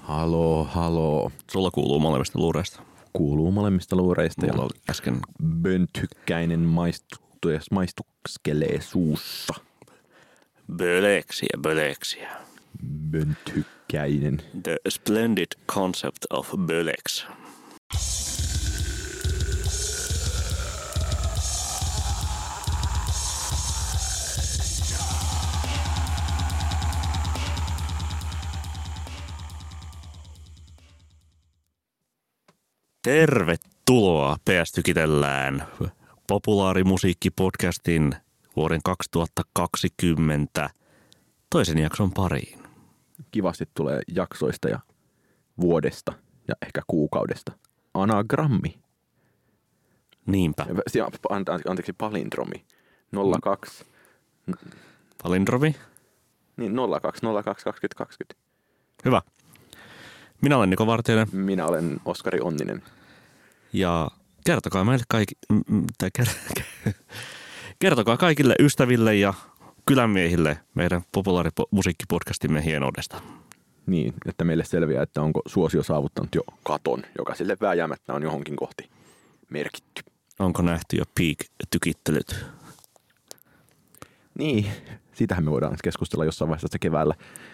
Haloo, haloo. Sulla kuuluu molemmista luureista. Kuuluu molemmista luureista. Mulla oli äsken böntykkäinen maistuskelee suussa. Böleksiä. Böntykkäinen. The splendid concept of bölex. Tervetuloa PS Tykitellään populaarimusiikkipodcastin vuoden 2020 toisen jakson pariin. Kivasti tulee jaksoista ja vuodesta ja ehkä kuukaudesta. Anagrammi. Niinpä. Anteeksi, palindromi. 02. Palindromi. Niin, 02 2020. Hyvä. Minä olen Niko Vartijainen. Minä olen Oskari Onninen. Ja kertokaa meille kertokaa kaikille ystäville ja kylänmiehille meidän populaarimusiikkipodcastimme hienoudesta. Niin, että meille selviää, että onko suosio saavuttanut jo katon, joka sille vääjäämättä on johonkin kohti merkitty. Onko nähty jo peak-tykittelyt? Niin, siitähän me voidaan keskustella jossain vaiheessa keväällä.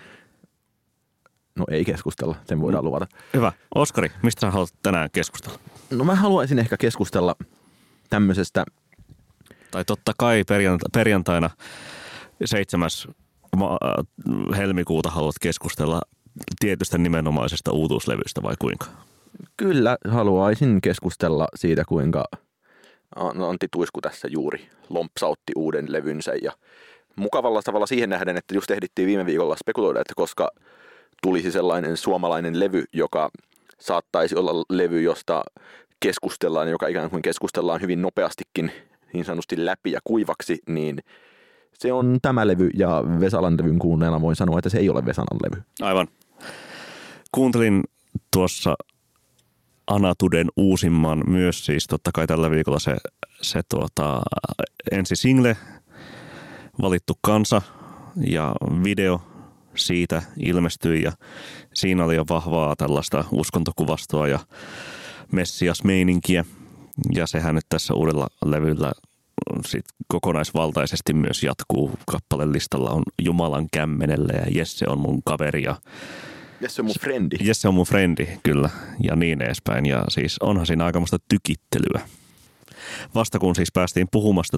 No ei keskustella, sen voidaan luvata. Hyvä. Oskari, mistä sä haluat tänään keskustella? No mä haluaisin ehkä keskustella tämmöisestä. Tai totta kai perjantaina 7. helmikuuta haluat keskustella tietystä nimenomaisesta uutuuslevystä vai kuinka? Kyllä, haluaisin keskustella siitä, kuinka Antti Tuisku tässä juuri lompsautti uuden levynsä. Ja mukavalla tavalla siihen nähden, että just ehdittiin viime viikolla spekuloida, että koska tulisi sellainen suomalainen levy, joka saattaisi olla levy, josta keskustellaan, joka ikään kuin keskustellaan hyvin nopeastikin niin sanotusti läpi ja kuivaksi, niin se on tämä levy, ja Vesalan levyn kuunneella voin sanoa, että se ei ole Vesalan levy. Aivan. Kuuntelin tuossa Anatuden uusimman myös siis totta kai tällä viikolla se ensi single, Valittu kansa, ja video siitä ilmestyi, ja siinä oli jo vahvaa tällaista uskontokuvastoa ja messiasmeininkiä, ja sehän nyt tässä uudella levyllä sit kokonaisvaltaisesti myös jatkuu. Kappaleen listalla on Jumalan kämmenelle ja Jesse on mun kaveri ja Jesse on mun frendi. Jesse on mun frendi, kyllä, ja niin edespäin, ja siis onhan siinä aikamoista tykittelyä. Vasta kun siis päästiin puhumasta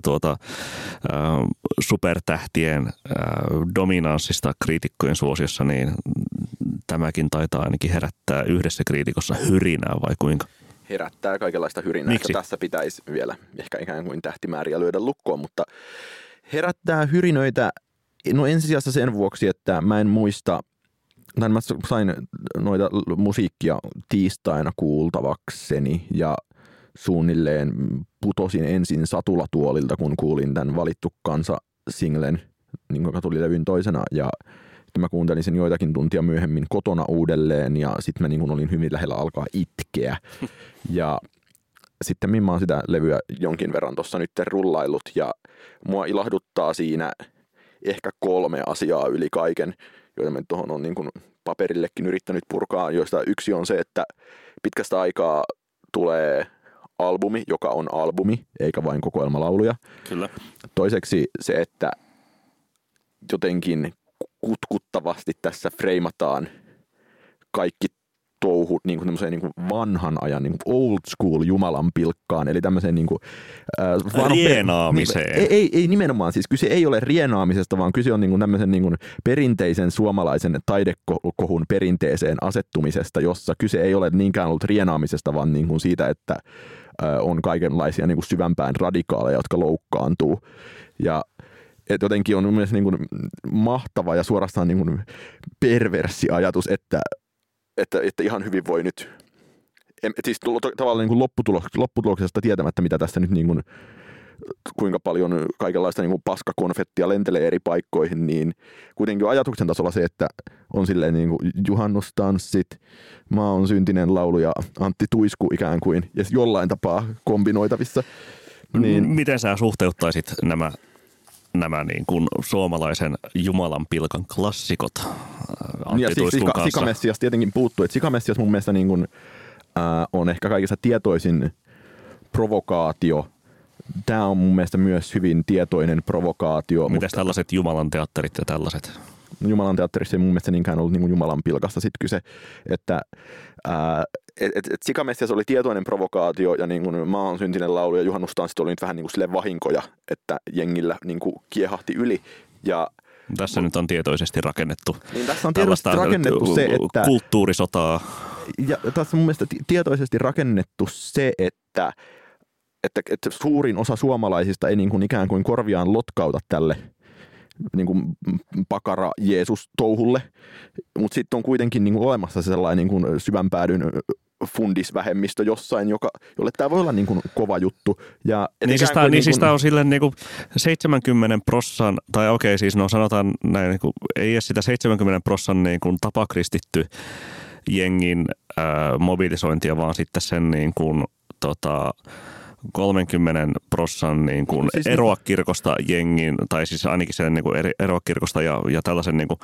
supertähtien dominanssista kriitikkojen suosiossa, niin tämäkin taitaa ainakin herättää yhdessä kriitikossa hyrinää vai kuinka? Herättää kaikenlaista hyrinää. Miksi? Tässä pitäisi vielä ehkä ikään kuin tähtimääriä lyödä lukkoon, mutta herättää hyrinöitä ensisijassa sen vuoksi, että mä en muista, tai mä sain noita musiikkia tiistaina kuultavakseni ja suunnilleen putosin ensin satulatuolilta, kun kuulin tämän Valittu kansa-singlen, joka tuli levyn toisena, ja mä kuuntelin sen joitakin tuntia myöhemmin kotona uudelleen, ja sitten mä olin hyvin lähellä alkaa itkeä. Ja sitten mä oon sitä levyä jonkin verran tuossa nyt rullaillut, ja mua ilahduttaa siinä ehkä 3 asiaa yli kaiken, joita mä tuohon on paperillekin yrittänyt purkaa, joista yksi on se, että pitkästä aikaa tulee albumi, joka on albumi, eikä vain kokoelmalauluja. Kyllä. Toiseksi se, että jotenkin kutkuttavasti tässä freimataan kaikki touhu niin vanhan ajan old school Jumalan pilkkaan, eli tämmöiseen rienaamiseen. Ei nimenomaan, siis kyse ei ole rienaamisesta, vaan kyse on tämmöisen perinteisen suomalaisen taidekohun perinteeseen asettumisesta, jossa kyse ei ole niinkään ollut rienaamisesta, vaan siitä, että on kaikenlaisia syvämpään radikaaleja, jotka loukkaantuu. Ja et jotenkin on mielestäni mahtava ja suorastaan perverssi ajatus, että ihan hyvin voi nyt, siis tavallaan lopputuloksesta tietämättä, mitä tässä nyt kuinka paljon kaikenlaista paskakonfettia lentelee eri paikkoihin, niin kuitenkin ajatuksen tasolla se, että on silleen juhannustanssit, Maa on syntinen laulu ja Antti Tuisku ikään kuin, ja jollain tapaa kombinoitavissa. Niin, miten sä suhteuttaisit nämä nämä niin kuin suomalaisen Jumalan pilkan klassikot Antti Tuiskun kanssa. Sikamessias tietenkin puuttuu. Et Sikamessias mun mielestä niin kuin, on ehkä kaikista tietoisin provokaatio. Tämä on mun mielestä myös hyvin tietoinen provokaatio. Mitäs tällaiset Jumalan teatterit ja tällaiset? Jumalan teatterissa ei mun mielestä niinkään ollut niin kuin Jumalan pilkasta sit kyse, että Sikamessias oli tietoinen provokaatio ja niin kuin Maan syntinen laulu ja juhannustanssit oli nyt vähän niin kuin sille vahinkoja, että jengillä niin kuin kiehahti yli. Ja tässä nyt on tietoisesti rakennettu. Niin tässä on tietoisesti rakennettu se, että kulttuurisotaa. Ja tässä on mun mielestä tietoisesti rakennettu se, että suurin osa suomalaisista ei niin kuin ikään kuin korviaan lotkauta tälle niin kuin pakara Jeesus-touhulle, mutta sitten on kuitenkin niin kuin olemassa sellainen niin kuin syvänpäädyn fundisvähemmistö jossain, jolle tämä voi olla niin kuin kova juttu. Ja siis tämä on silleen niin kuin 70%, tai okei, siis no sanotaan näin, niin kuin, ei edes sitä 70% niin kuin tapakristitty jengin mobilisointia, vaan sitten sen niin kuin 30% niin kuin siis eroa kirkosta jengin, tai siis ainakin sen niin kuin eroa kirkosta ja tällaisen niin kuin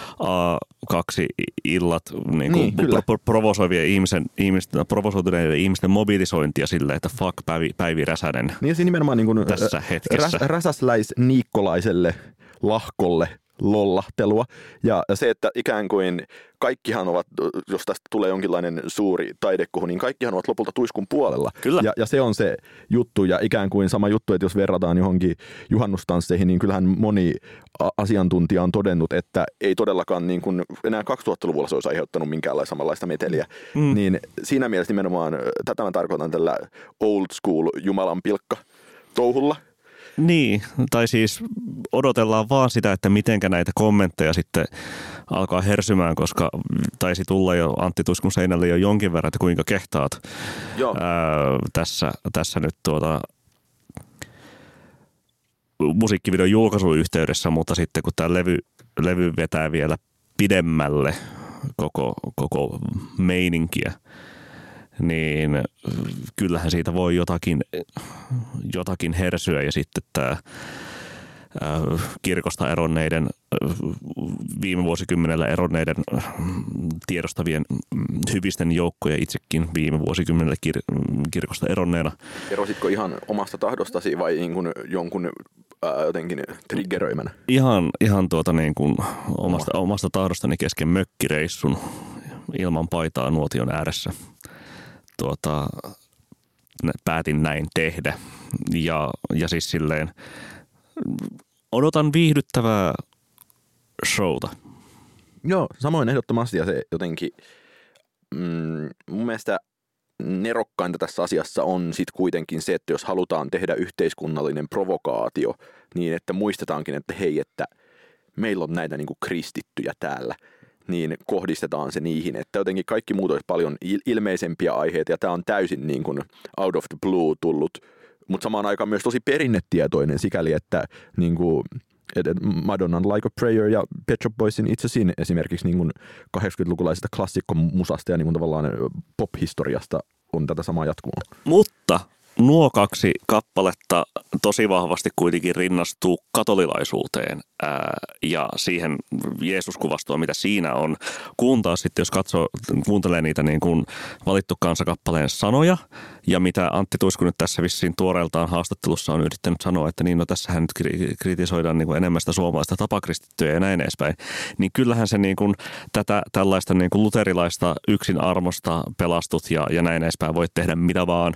A2-illat niin kuin provosoituneiden ihmisten mobilisointia silleen, että fuck Päivi Räsänen niin siinä nimenomaan niin kuin tässä hetkessä. Räsäsläis-niikkolaiselle lahkolle lollahtelua. Ja se, että ikään kuin kaikkihan ovat, jos tästä tulee jonkinlainen suuri taidekuhu, niin kaikkihan ovat lopulta Tuiskun puolella. Kyllä. Ja se on se juttu. Ja ikään kuin sama juttu, että jos verrataan johonkin juhannustansseihin, niin kyllähän moni asiantuntija on todennut, että ei todellakaan niin kuin enää 2000-luvulla se olisi aiheuttanut minkäänlaista samanlaista meteliä. Niin siinä mielessä nimenomaan, tätä mä tarkoitan tällä old school Jumalan pilkka touhulla. Niin, tai siis odotellaan vaan sitä, että mitenkä näitä kommentteja sitten alkaa hersymään, koska taisi tulla jo Antti Tuiskun seinälle jo jonkin verran, että kuinka kehtaat tässä nyt musiikkivideon julkaisun yhteydessä, mutta sitten kun tämä levy vetää vielä pidemmälle koko meininkiä, niin kyllähän siitä voi jotakin hersyä ja sitten tämä kirkosta eronneiden, viime vuosikymmenellä eronneiden tiedostavien hyvisten joukkoja itsekin viime vuosikymmenellä kirkosta eronneena. Erositko ihan omasta tahdostasi vai niin kuin jonkun jotenkin triggeröimänä? Ihan niin kuin omasta tahdostani kesken mökkireissun ilman paitaa nuotion ääressä. Päätin näin tehdä ja siis silleen odotan viihdyttävää showta. Joo, samoin ehdottomasti ja se jotenkin mun mielestä nerokkainta tässä asiassa on sit kuitenkin se, että jos halutaan tehdä yhteiskunnallinen provokaatio, niin että muistetaankin, että hei, että meillä on näitä niinku kristittyjä täällä, niin kohdistetaan se niihin, että jotenkin kaikki muut olisi paljon ilmeisempiä aiheita, ja tämä on täysin niin kuin out of the blue tullut, mutta samaan aikaan myös tosi perinnetietoinen sikäli, että niin kuin Madonnan Like a Prayer ja Pet Shop Boysin It's a Sin esimerkiksi niin kuin 80-lukulaisesta klassikkomusasta ja niin kuin tavallaan pop-historiasta on tätä samaa jatkumoa. Mutta nuo kaksi kappaletta tosi vahvasti kuitenkin rinnastuu katolilaisuuteen ja siihen Jeesus-kuvastoon, mitä siinä on. Kun taas sitten, jos kuuntelee niitä niin kuin valittu kansakappaleen sanoja ja mitä Antti Tuisku nyt tässä vissiin tuoreeltaan haastattelussa on yrittänyt sanoa, että niin no tässähän nyt kritisoidaan niin kuin enemmän sitä suomalaista tapakristittyä ja näin edespäin, niin kyllähän se niin kuin tällaista niin kuin luterilaista yksin armosta pelastut ja näin edespäin voit tehdä mitä vaan,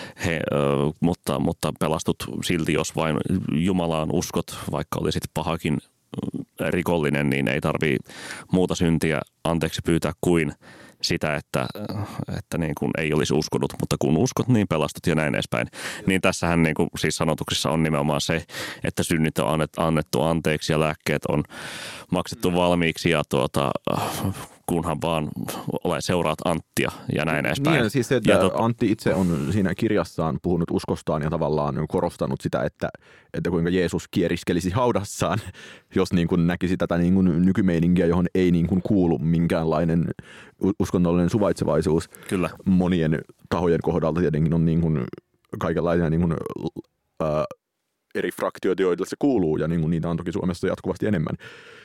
mutta pelastut silti, jos vain Jumalaan uskot, vaikka olisit pahakin rikollinen, niin ei tarvitse muuta syntiä anteeksi pyytää kuin sitä, että niin kuin ei olisi uskonut, mutta kun uskot, niin pelastut ja näin edespäin. Niin tässähän niin kuin, siis sanotuksissa on nimenomaan se, että synnit on annettu anteeksi ja lääkkeet on maksettu valmiiksi ja kunhan vaan seuraat Anttia ja näin edespäin. Niin, siis se, että Antti itse on siinä kirjassaan puhunut uskostaan ja tavallaan korostanut sitä, että kuinka Jeesus kieriskelisi haudassaan, jos niin kuin näkisi tätä niin kuin nykymeininkiä, johon ei niin kuin kuulu minkäänlainen uskonnollinen suvaitsevaisuus. Kyllä. Monien tahojen kohdalta tietenkin on niin kuin kaikenlaisia niin kuin, eri fraktioita, joille se kuuluu, ja niin niitä on toki Suomessa jatkuvasti enemmän.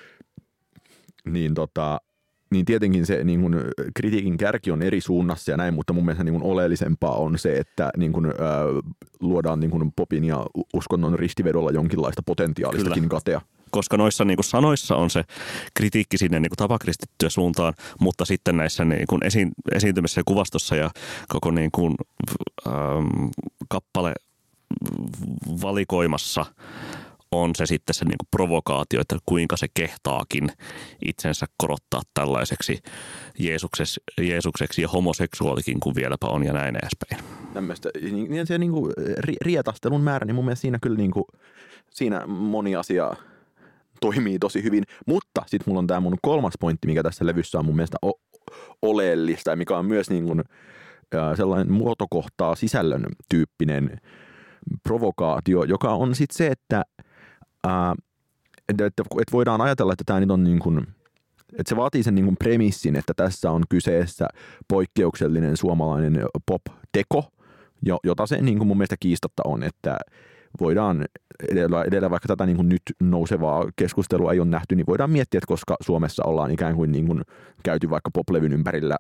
Niin tietenkin se niin kuin, kritiikin kärki on eri suunnassa ja näin, mutta mun mielestä niin kuin, oleellisempaa on se, että niin kuin, luodaan niin kuin, popin ja uskonnon ristivedolla jonkinlaista potentiaalistakin katea. Koska noissa niin kuin sanoissa on se kritiikki sinne niin kuin tapakristittyä suuntaan, mutta sitten näissä niin kuin esiintymissä ja kuvastossa ja koko niin kuin, kappale valikoimassa on se sitten se niin kuin provokaatio, että kuinka se kehtaakin itsensä korottaa tällaiseksi Jeesukseksi ja homoseksuaalikin kuin vieläpä on ja näin edespäin. Tämmöistä, niin se niin kuin rietastelun määrä, niin mun mielestä siinä kyllä niin kuin, siinä moni asia toimii tosi hyvin, mutta sitten mulla on tämä mun kolmas pointti, mikä tässä levyssä on mun mielestä oleellista ja mikä on myös niin kuin, sellainen muotokohtaa sisällön tyyppinen provokaatio, joka on sitten se, että voidaan ajatella, että tämä nyt on niin kuin, että se vaatii sen niin kuin premissin, että tässä on kyseessä poikkeuksellinen suomalainen pop-teko, jota se niin kuin mun mielestä kiistatta on, että voidaan edellä vaikka tätä niin kuin nyt nousevaa keskustelua ei ole nähty, niin voidaan miettiä, että koska Suomessa ollaan ikään kuin, käyty vaikka poplevyn ympärillä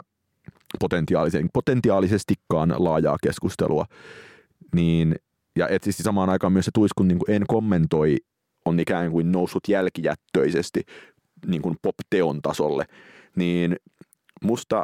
potentiaalisestikaan laajaa keskustelua, niin ja et siis samaan aikaan myös se tuiskun niin kuin En kommentoi on ikään kuin noussut jälkijättöisesti niin kuin pop-teon tasolle, niin musta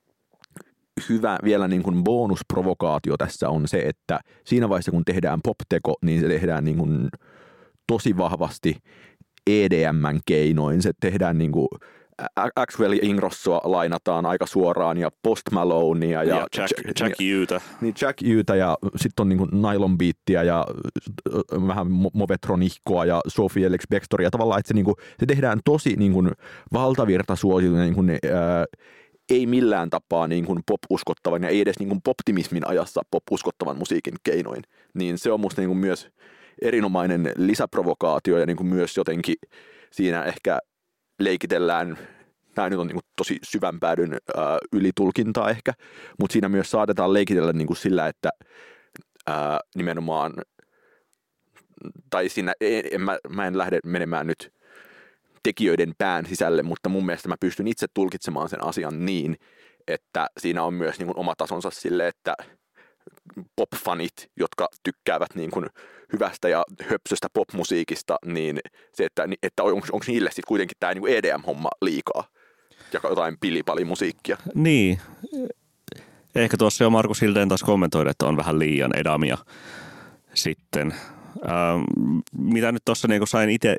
hyvä vielä niin kuin bonusprovokaatio tässä on se, että siinä vaiheessa kun tehdään pop-teko, niin se tehdään niin kuin tosi vahvasti EDM:n keinoin. Se tehdään niin kuin Axwell Ingrossoa lainataan aika suoraan ja Post Malonea ja Jack Uta. Niin Jack Uta ja sitten on niin kuin Nylon Beatia ja vähän Movetronikkoa ja Sophie Elix Bextoria. Tavallaan, että se, niin kuin, se tehdään tosi niin kuin valtavirtasuositun niin kuin, ei millään tapaa niin kuin pop-uskottavan ja ei edes niin kuin poptimismin ajassa pop-uskottavan musiikin keinoin. Niin se on musta niin kuin myös erinomainen lisäprovokaatio ja niin kuin myös jotenkin siinä ehkä leikitellään, tämä nyt on niin kuin tosi syvän päädyn ylitulkintaa ehkä, mutta siinä myös saatetaan leikitellä niin kuin sillä, että nimenomaan, tai siinä mä en lähde menemään nyt tekijöiden pään sisälle, mutta mun mielestä mä pystyn itse tulkitsemaan sen asian niin, että siinä on myös niin kuin oma tasonsa sille, että pop-fanit, jotka tykkäävät niin kuin hyvästä ja höpsöstä popmusiikista, niin se, että onko niille sitten kuitenkin tämä niin kuin EDM-homma liikaa ja jotain pilipalimusiikkia. Niin. Ehkä tuossa jo Markus Hildén taas kommentoi, että on vähän liian edamia sitten. Mitä nyt tuossa niin sain itse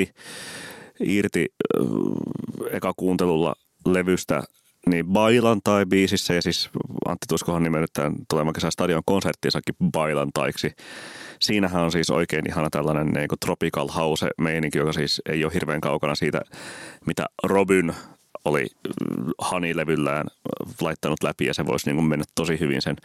irti eka-kuuntelulla levystä, niin Bailantai-biisissä, ja siis Antti Tuiskohan nimennyt tämän tulevan kesän stadion konserttiinsakin Bailantaiksi. Siinähän on siis oikein ihana tällainen niin kuin tropical house-meininki, joka siis ei ole hirveän kaukana siitä, mitä Robyn oli Honey-levyllään laittanut läpi, ja se voisi niin kuin mennä tosi hyvin sen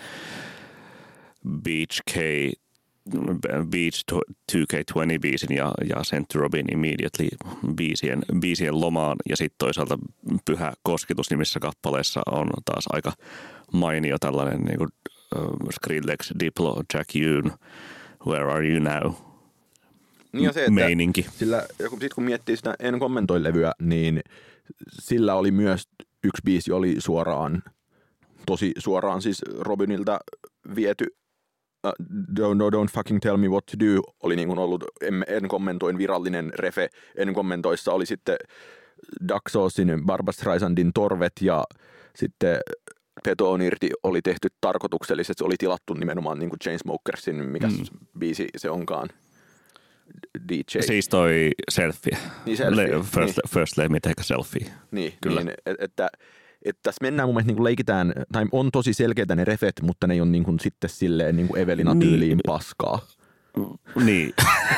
Beach 2K20-biisin ja Sent to Robin Immediately biisien lomaan. Ja sitten toisaalta Pyhä kosketus nimissä kappaleessa on taas aika mainio tällainen niin kuin Skrillex, Diplo, Jack Yoon, Where Are You Now? Niin se, meininki. Sillä sit kun miettii sitä En kommentoi -levyä, niin sillä oli myös yksi biisi oli tosi suoraan siis Robinilta viety. Don't fucking tell me what to do oli niin kuin ollut En kommentoin virallinen refe. En kommentoissa oli sitten Daxosin Barbra Streisandin Torvet ja sitten Peto on irti oli tehty tarkoituksellisesti. Se oli tilattu nimenomaan niin kuin Chainsmokersin, mikä biisi se onkaan. DJ. Siis toi Selfie. Niin selfie. First Let Me Take a Selfie. Niin, kyllä. Niin, että tässä mennään mun mielestä niin kuin leikitään, tai on tosi selkeitä ne refet, mutta ne ei ole niin kuin sitten silleen niin kuin Evelina-tyyliin paskaa. Niin.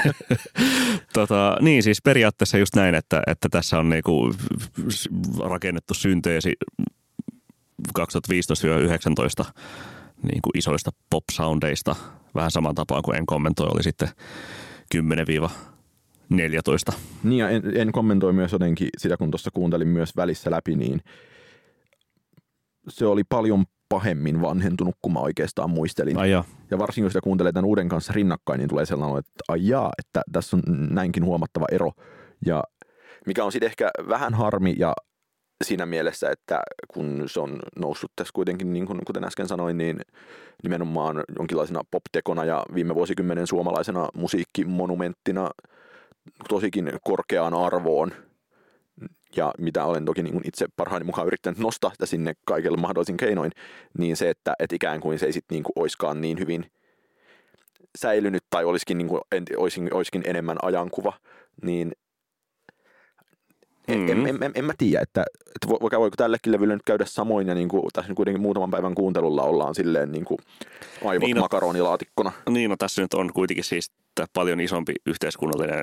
Niin siis periaatteessa just näin, että tässä on niinku rakennettu synteesi 2015-2019 niinku isoista pop-soundeista. Vähän saman tapaan kuin En kommentoi oli sitten 10-14. Niin ja en kommentoi myös jotenkin sitä, kun tuossa kuuntelin myös välissä läpi, niin se oli paljon pahemmin vanhentunut kuin mä oikeastaan muistelin. Ja varsinkin jos sitä kuuntelee tämän uuden kanssa rinnakkain, niin tulee sellainen, että aijaa, että tässä on näinkin huomattava ero. Ja mikä on sitten ehkä vähän harmi ja siinä mielessä, että kun se on noussut tässä kuitenkin, niin kuten äsken sanoin, niin nimenomaan jonkinlaisena pop-tekona ja viime vuosikymmenen suomalaisena musiikkimonumenttina tosikin korkeaan arvoon. Ja mitä olen toki niin itse parhaani mukaan yrittänyt nostaa sitä sinne kaikilla mahdollisin keinoin, niin se, että ikään kuin se ei sitten niin olisikaan niin hyvin säilynyt tai olisikin, niin kuin, olisikin enemmän ajankuva, niin en mä tiedä, että voiko tällekin levylle nyt käydä samoin, ja niin kuin, tässä kuitenkin muutaman päivän kuuntelulla ollaan silleen niin kuin aivot niin makaronilaatikkona. Niin, no tässä nyt on kuitenkin siis paljon isompi yhteiskunnallinen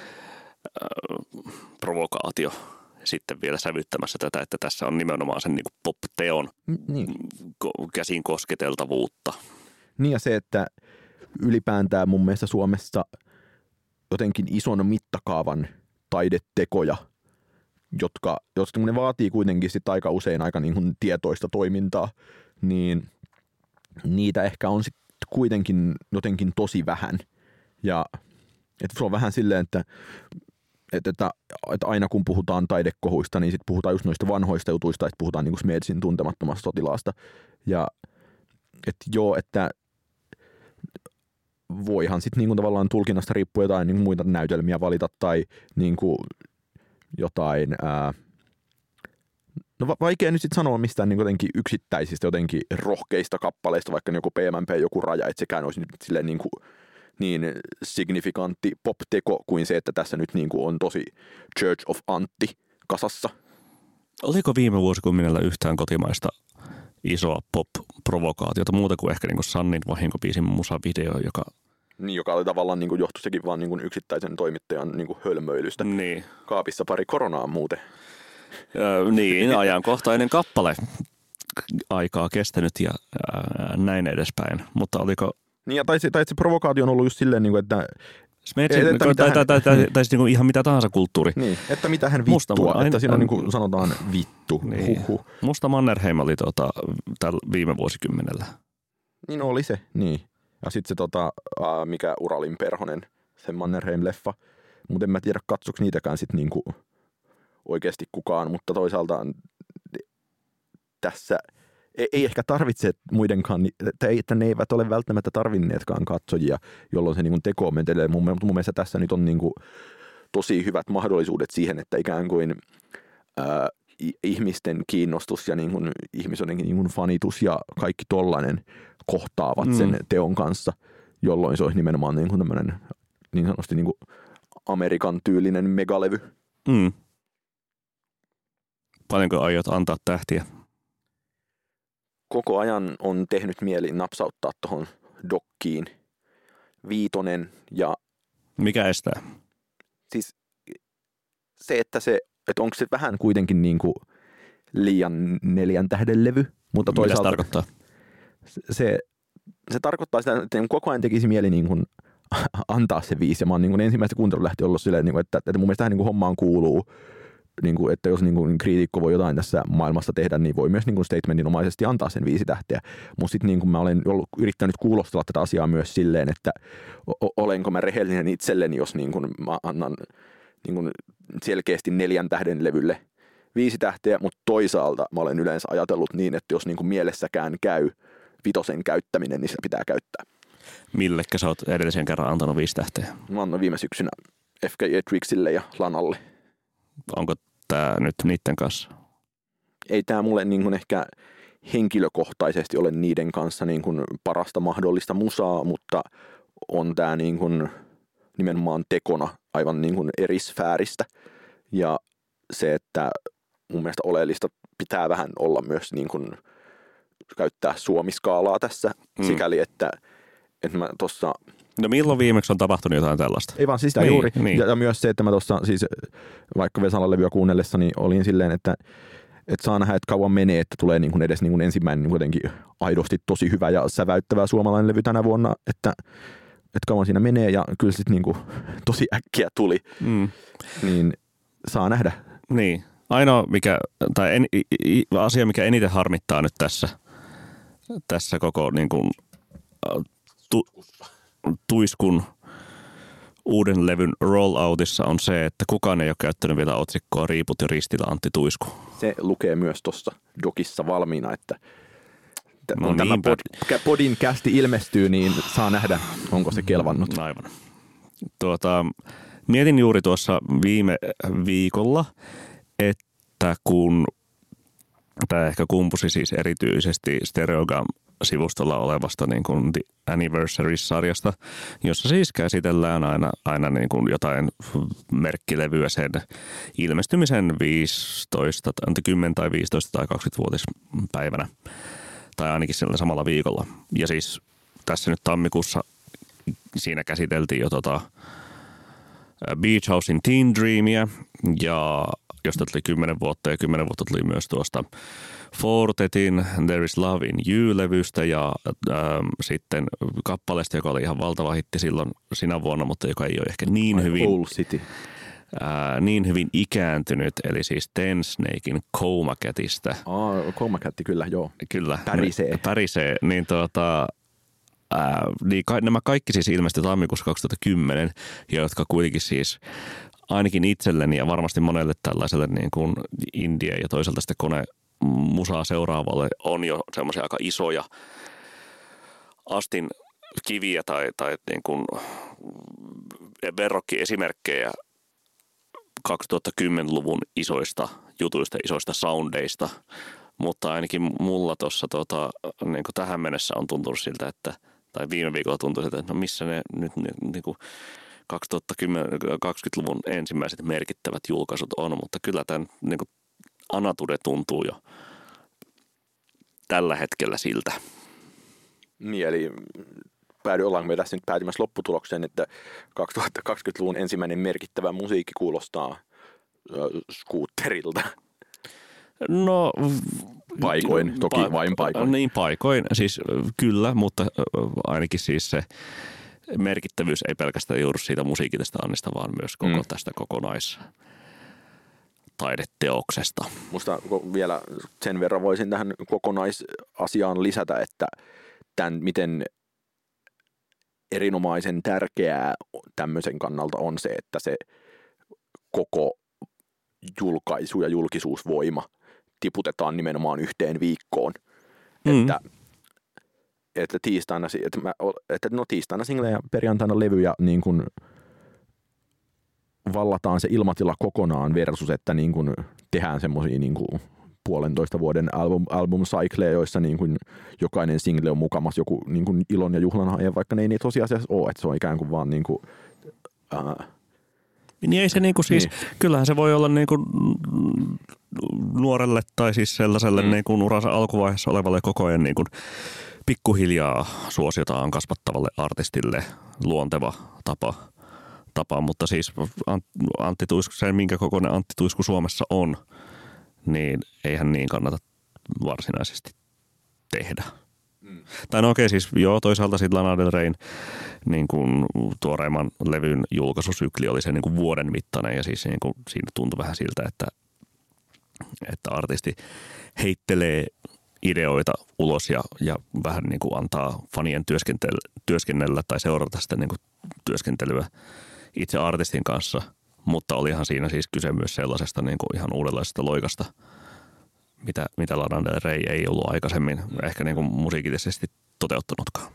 provokaatio sitten vielä sävyttämässä tätä, että tässä on nimenomaan sen niin kuin pop-teon käsin kosketeltavuutta. Niin ja se, että ylipäätään mun mielestä Suomessa jotenkin ison mittakaavan taidetekoja, jotka ne vaatii kuitenkin sit aika usein aika niin kuin tietoista toimintaa, niin niitä ehkä on sitten kuitenkin jotenkin tosi vähän. Ja että se on vähän silleen, että aina kun puhutaan taidekohuista, niin sitten puhutaan just noista vanhoista jutuista, että puhutaan niin kuin Smedsin Tuntemattomasta sotilaasta. Ja että voihan sitten niin kuin tavallaan tulkinnasta riippuen jotain niin kuin muita näytelmiä valita tai niin kuin jotain, no vaikea nyt sitten sanoa mistään niin jotenkin yksittäisistä jotenkin rohkeista kappaleista, vaikka joku PMMP, joku Raja, että sekään olisi nyt silleen niin signifikantti pop-teko kuin se, että tässä nyt niin kuin on tosi Church of Antti kasassa. Oliko viime vuosikymmenellä yhtään kotimaista isoa pop-provokaatiota, muuta kuin ehkä niin kuin Sannin vahinkobiisin musavideo, joka oli tavallaan niin kuin johtui sekin vaan niin kuin yksittäisen toimittajan niin kuin hölmöilystä. Niin. Kaapissa pari koronaa muuten. Niin, ajankohtainen kappale. Aikaa kestänyt ja näin edespäin. Mutta oliko... Niin, tai se provokaatio on ollut just silleen, että... Tai siis ihan mitä tahansa kulttuuri. Niin, että mitä hän vittua, että siinä on niin kuin sanotaan vittu. Niin. Musta Mannerheim oli tällä viime vuosikymmenellä. Niin oli se, niin. Ja sitten se mikä Uralin perhonen, se Mannerheim-leffa. Mutta en mä tiedä, katsoks niitäkään sitten niinku oikeasti kukaan, mutta toisaalta tässä ei ehkä tarvitse muidenkaan, että ne eivät ole välttämättä tarvinneetkaan katsojia, jolloin se niinku teko mentelee. Mun mielestä tässä nyt on niinku tosi hyvät mahdollisuudet siihen, että ikään kuin ihmisten kiinnostus ja niinku ihmisen niinku fanitus ja kaikki tollainen kohtaavat sen teon kanssa, jolloin se olisi nimenomaan niinku tämmöinen niin sanotusti niinku Amerikan tyylinen megalevy. Paljonko aiot antaa tähtiä? Koko ajan on tehnyt mieli napsauttaa tuohon dokkiin 5 ja... Mikä estää? Siis se, että onko se vähän kuitenkin niinku liian 4 tähden levy, mutta toisaalta... Mitä se tarkoittaa? Se tarkoittaa sitä, että koko ajan tekisi mieli niin kuin antaa se 5. Ja mä oon niin kuin ensimmäistä kuuntelun lähti ollut silleen, niin kuin, että mun mielestä tähän niin kuin hommaan kuuluu, niin kuin, että jos niin kuin kriitikko voi jotain tässä maailmassa tehdä, niin voi myös niin kuin statementinomaisesti antaa sen 5 tähteä. Mutta sitten niin kuin mä olen yrittänyt kuulostella tätä asiaa myös silleen, että olenko mä rehellinen itselleni, jos niin kuin mä annan niin kuin selkeästi 4 tähden levylle 5 tähteä, mutta toisaalta mä olen yleensä ajatellut niin, että jos niin kuin mielessäkään käy 5 käyttäminen, niin sitä pitää käyttää. Millekä sä oot edellisen kerran antanut 5 tähteä? Mä annoin viime syksynä FKJ Twigsille ja Lanalle. Onko tää nyt niiden kanssa? Ei tää mulle niin kuin ehkä henkilökohtaisesti ole niiden kanssa niin kuin parasta mahdollista musaa, mutta on tää niin kuin nimenomaan tekona aivan niin kuin eri sfääristä. Ja se, että mun mielestä oleellista pitää vähän olla myös niin kuin käyttää suomiskaalaa tässä sikäli, että mä tossa... No milloin viimeksi on tapahtunut jotain tällaista? Ei vaan siis sitä juuri. Niin. Ja myös se, että mä tuossa siis vaikka Vesalan levyä kuunnellessani olin silleen, että saa nähdä, että kauan menee, että tulee niin kuin edes niin kuin ensimmäinen niin kuin jotenkin aidosti tosi hyvä ja säväyttävä suomalainen levy tänä vuonna, että kauan siinä menee ja kyllä sitten niin kuin tosi äkkiä tuli. Niin saa nähdä. Niin. Ainoa asia, mikä eniten harmittaa nyt tässä tässä koko niin kuin, Tuiskun uuden levyn rolloutissa on se, että kukaan ei ole käyttänyt vielä otsikkoa Riiput ja ristillä Antti Tuisku. Se lukee myös tuossa dokissa valmiina, että No kun tämä podin kästi ilmestyy, niin saa nähdä, onko se kelvannut. Aivan. Mietin juuri tuossa viime viikolla, että kun tämä ehkä kumpusi siis erityisesti Stereogam-sivustolla olevasta niin kuin The Anniversaries-sarjasta, jossa siis käsitellään aina niin kuin jotain merkkilevyä sen ilmestymisen 10 tai 15 tai 20-vuotispäivänä tai ainakin sillä samalla viikolla. Ja siis tässä nyt tammikuussa siinä käsiteltiin jo Beach Housein Teen Dreamia, ja josta tuli 10 vuotta, ja 10 vuotta tuli myös tuosta Fortetin There is Love in You-levystä, ja sitten kappaleesta, joka oli ihan valtava hitti silloin sinä vuonna, mutta joka ei ole ehkä niin hyvin, Old City. Niin hyvin ikääntynyt, eli siis Ten Snakein Coma Catista. Coma Cat, kyllä, joo. Kyllä. Pärisee. Niin niin nämä kaikki siis ilmestyi tammikuussa 2010, ja jotka kuitenkin siis ainakin itselleni ja varmasti monelle tällaiselle niin kuin indie ja toisaalta sitten konemusaa seuraavalle on jo semmoisia aika isoja astin kiviä tai niin kuin verrokkiesimerkkejä 2010-luvun isoista jutuista, isoista soundeista, mutta ainakin mulla tuossa niin kuin tähän mennessä on tuntunut siltä, tai viime viikolla tuntui siltä, että no missä ne nyt niin kuin 2020-luvun ensimmäiset merkittävät julkaisut on, mutta kyllä tämän niin kuin Anatude tuntuu jo tällä hetkellä siltä. Niin, eli ollaanko me tässä nyt päätymässä lopputulokseen, että 2020-luvun ensimmäinen merkittävä musiikki kuulostaa skuutterilta? No paikoin, toki vain paikoin. Niin paikoin, siis kyllä, mutta ainakin siis se merkittävyys ei pelkästään joudu siitä musiikillisesta annista, vaan myös koko tästä kokonaistaideteoksesta. Musta vielä sen verran voisin tähän kokonaisasiaan lisätä, että miten erinomaisen tärkeää tämmöisen kannalta on se, että se koko julkaisu- ja julkisuusvoima tiputetaan nimenomaan yhteen viikkoon. Että tiistaina single ja perjantaina levy ja niin kuin vallataan se ilmatila kokonaan versus, että niin kuin tehdään semmoisia niin kuin 1,5 vuoden album cycleja, joissa niin kuin jokainen single on mukamas joku niin kuin ilon ja juhlan aihe, vaikka ne ei niitä tosiasiassa ole, että se on ikään kuin vaan niin kuin, niin ei se niinku siis, kyllähän se voi olla niinku nuorelle tai siis sellaiselle niinku uransa alkuvaiheessa olevalle koko ajan niinku pikkuhiljaa suosiotaan kasvattavalle artistille luonteva tapa, mutta siis Antti Tuisku, se minkä kokoinen Antti Tuisku Suomessa on, niin eihän niin kannata varsinaisesti tehdä. Tai no okei, siis joo, toisaalta sitten Lana Del Reyn niin kuin tuoreimman levyn julkaisusykli oli se niin kuin vuoden mittainen, ja siis niin kuin siinä tuntui vähän siltä, että artisti heittelee ideoita ulos ja vähän niin kuin antaa fanien työskennellä tai seurata sitä niin kuin työskentelyä itse artistin kanssa, mutta olihan siinä siis kyse myös sellaisesta niin kuin ihan uudenlaisesta loikasta, mitä Lana Del Rey ei ollut aikaisemmin ehkä niin kuin musiikillisesti toteuttanutkaan.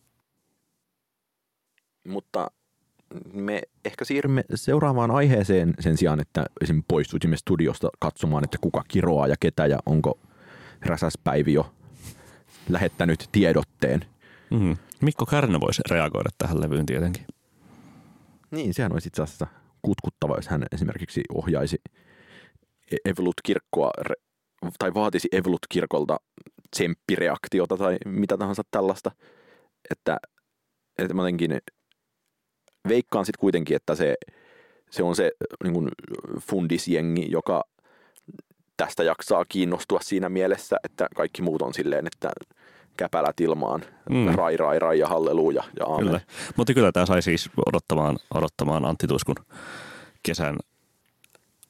Mutta me ehkä siirrymme seuraavaan aiheeseen sen sijaan, että esimerkiksi poistuisimme studiosta katsomaan, että kuka kiroaa ja ketä ja onko Räsäspäivi jo lähettänyt tiedotteen. Mikko Kärnä voisi reagoida tähän levyyn tietenkin. Niin, sehän olisi itse asiassa kutkuttava, jos hän esimerkiksi ohjaisi Evolut-kirkkoa tai vaatisi Evolut-kirkolta tsemppireaktiota tai mitä tahansa tällaista. Että mä jotenkin veikkaan sitten kuitenkin, että se on se niin kuin fundisjengi, joka tästä jaksaa kiinnostua siinä mielessä, että kaikki muut on silleen, että käpälät ilmaan, rai ja halleluja ja aamen. Kyllä. Mutta kyllä tämä sai siis odottamaan Antti Tuiskun kesän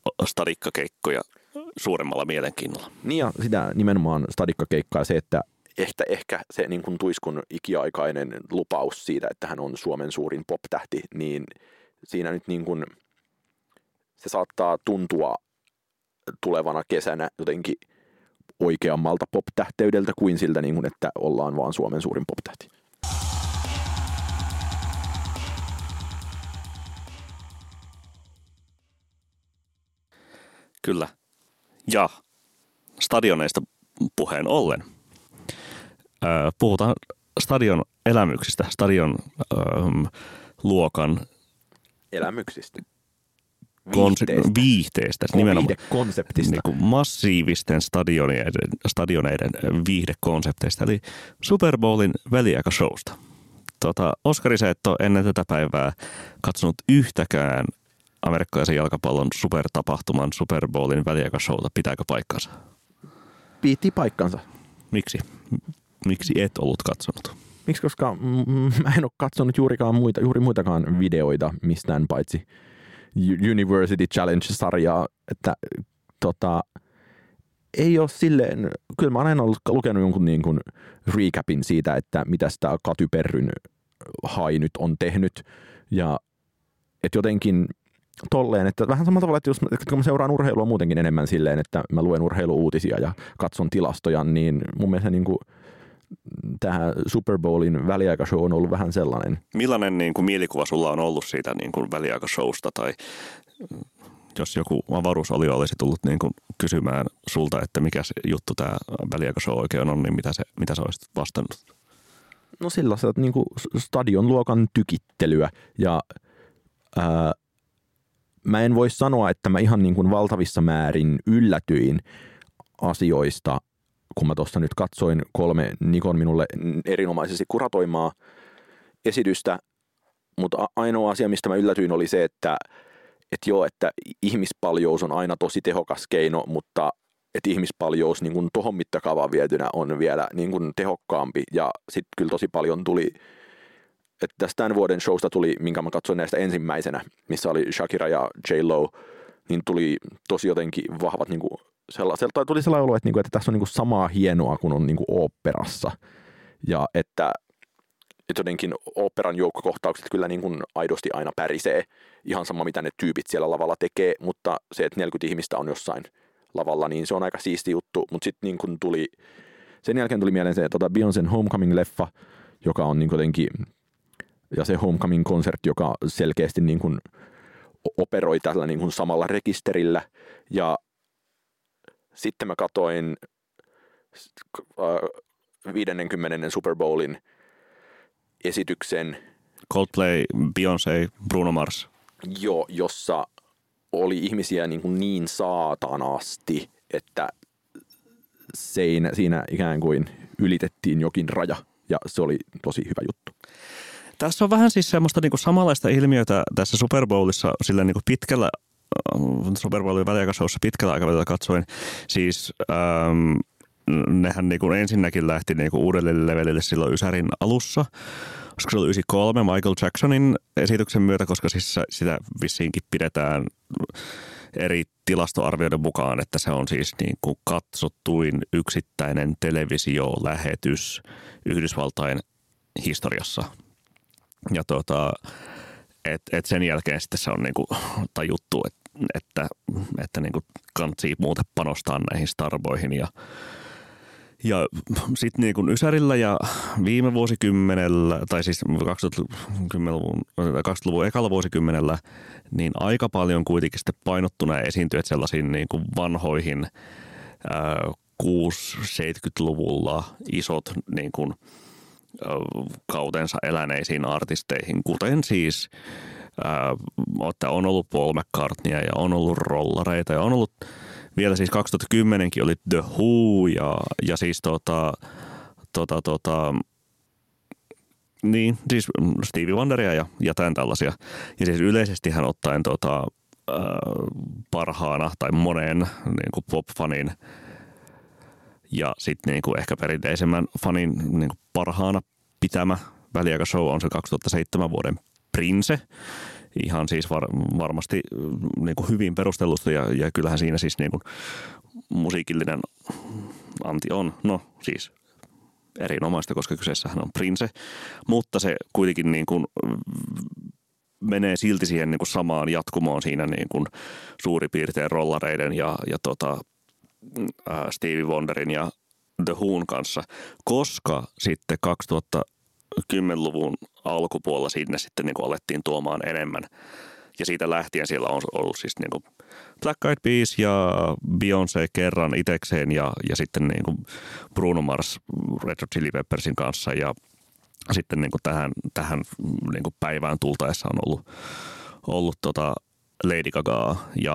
stadikkakeikkoja suuremmalla mielenkiinnolla. Niin ja sitä nimenomaan stadikkakeikkaa se, että ehkä se niin kuin Tuiskun ikiaikainen lupaus siitä, että hän on Suomen suurin pop-tähti, niin siinä nyt niin kuin se saattaa tuntua tulevana kesänä jotenkin oikeammalta pop-tähteydeltä kuin siltä, niin kuin, että ollaan vaan Suomen suurin pop-tähti. Kyllä. Ja stadioneista puheen ollen. Puhutaan stadion elämyksistä, stadion luokan elämyksistä. Viihteestä. Nimenomaan viihdekonseptista. Niin kuin massiivisten stadioneiden viihdekonsepteista, eli Super Bowlin väliaikashowsta. Oskari, sä et ole ennen tätä päivää katsonut yhtäkään amerikkalaisen jalkapallon supertapahtuman Super Bowlin väliaikashowta. Pitääkö paikkansa? Piti paikkansa. Miksi? Miksi et ollut katsonut? Miksi? Koska mä en ole katsonut juuri muitakaan videoita mistään paitsi University Challenge-sarjaa, että ei ole silleen, kyllä mä oon aina lukenut jonkun niin kuin recapin siitä, että mitä sitä Kati Perryn Hai nyt on tehnyt, ja että jotenkin tolleen, että vähän samalla tavalla, että kun mä seuraan urheilua muutenkin enemmän silleen, että mä luen urheiluuutisia ja katson tilastoja, niin mun mielestä niin kuin tämä Super Bowlin väliaikashow on ollut vähän sellainen. Millainen niin kuin mielikuva sulla on ollut siitä niin kuin väliaikashowsta, tai jos joku avaruusolio olisi tullut niin kuin kysymään sulta, että mikä se juttu tämä väliaikashow oikein on, niin mitä sä olisit vastannut? No sellaista niin kuin stadion luokan tykittelyä, ja mä en voi sanoa, että mä ihan niin kuin valtavissa määrin yllätyin asioista, kun mä tuossa nyt katsoin 3 Nikon minulle erinomaisesti kuratoimaa esitystä, mutta ainoa asia, mistä mä yllätyin, oli se, että ihmispaljous on aina tosi tehokas keino, mutta että ihmispaljous niin kuin tohon mittakaavaan vietynä on vielä niin kuin tehokkaampi, ja sitten kyllä tosi paljon tuli, että tästä tämän vuoden showsta tuli, minkä mä katsoin näistä ensimmäisenä, missä oli Shakira ja J-Lo, niin tuli tosi jotenkin vahvat niin kuin tuli sellainen olo, että tässä on samaa hienoa kuin on oopperassa. Ja että jotenkin oopperan joukkokohtaukset kyllä aidosti aina pärisee. Ihan sama, mitä ne tyypit siellä lavalla tekee, mutta se, että 40 ihmistä on jossain lavalla, niin se on aika siisti juttu. Mutta sitten sen jälkeen tuli mieleen se Beyoncén Homecoming-leffa, joka on jotenkin, ja se Homecoming-konsertti, joka selkeästi operoi tällä samalla rekisterillä. Ja sitten mä katoin 50. Super Bowlin esityksen. Coldplay, Beyoncé, Bruno Mars. Joo, jossa oli ihmisiä niin saatanasti, että siinä ikään kuin ylitettiin jokin raja, ja se oli tosi hyvä juttu. Tässä on vähän siis semmoista samanlaista ilmiötä tässä Super Bowlissa sillä pitkällä Super Bowlin väliaikashowssa pitkällä aikavälillä katsoin. Siis nehän ensinnäkin lähti uudelle levelille silloin Ysärin alussa. Koska se oli 93 Michael Jacksonin esityksen myötä, koska siis sitä vissiinkin pidetään eri tilastoarvioiden mukaan, että se on siis katsottuin yksittäinen televisiolähetys Yhdysvaltain historiassa. Ja et sen jälkeen sitten se on tajuttu, että kantsii muuten panostaa näihin starboihin ja sitten Ysärillä ja viime vuosikymmenellä, tai siis 2000-luvun ekalla vuosikymmenellä, niin aika paljon kuitenkin sitten painottu nämä esiintyjät sellaisiin vanhoihin 6-70-luvulla isot kautensa eläneisiin artisteihin, kuten siis että on ollut Paul McCartneya ja on ollut rollareita ja on ollut vielä siis 2010kin oli The Who ja siis niin siis Stevie Wonderia ja tämän tällaisia. Ja siis yleisestihän ottaen parhaana tai monen pop-fanin ja sitten ehkä perinteisemmän fanin parhaana pitämä väliaikashow on se 2007 vuoden Prince. Ihan siis varmasti hyvin perustellusta ja kyllähän siinä siis musiikillinen anti on. No siis erinomaista, koska kyseessähän on Prince, mutta se kuitenkin niin kuin menee silti siihen niin kuin samaan jatkumoon siinä niin kuin suurin piirtein rollareiden ja Stevie Wonderin ja The Whon kanssa, koska sitten 2010-luvun alkupuolella sinne sitten niin kuin alettiin tuomaan enemmän. Ja siitä lähtien siellä on ollut siis niin kuin Black Eyed Peas ja Beyoncé kerran itekseen ja sitten niin kuin Bruno Mars Red Hot Chili Peppersin kanssa ja sitten niin kuin tähän niin kuin päivään tultaessa on ollut Lady Gagaa ja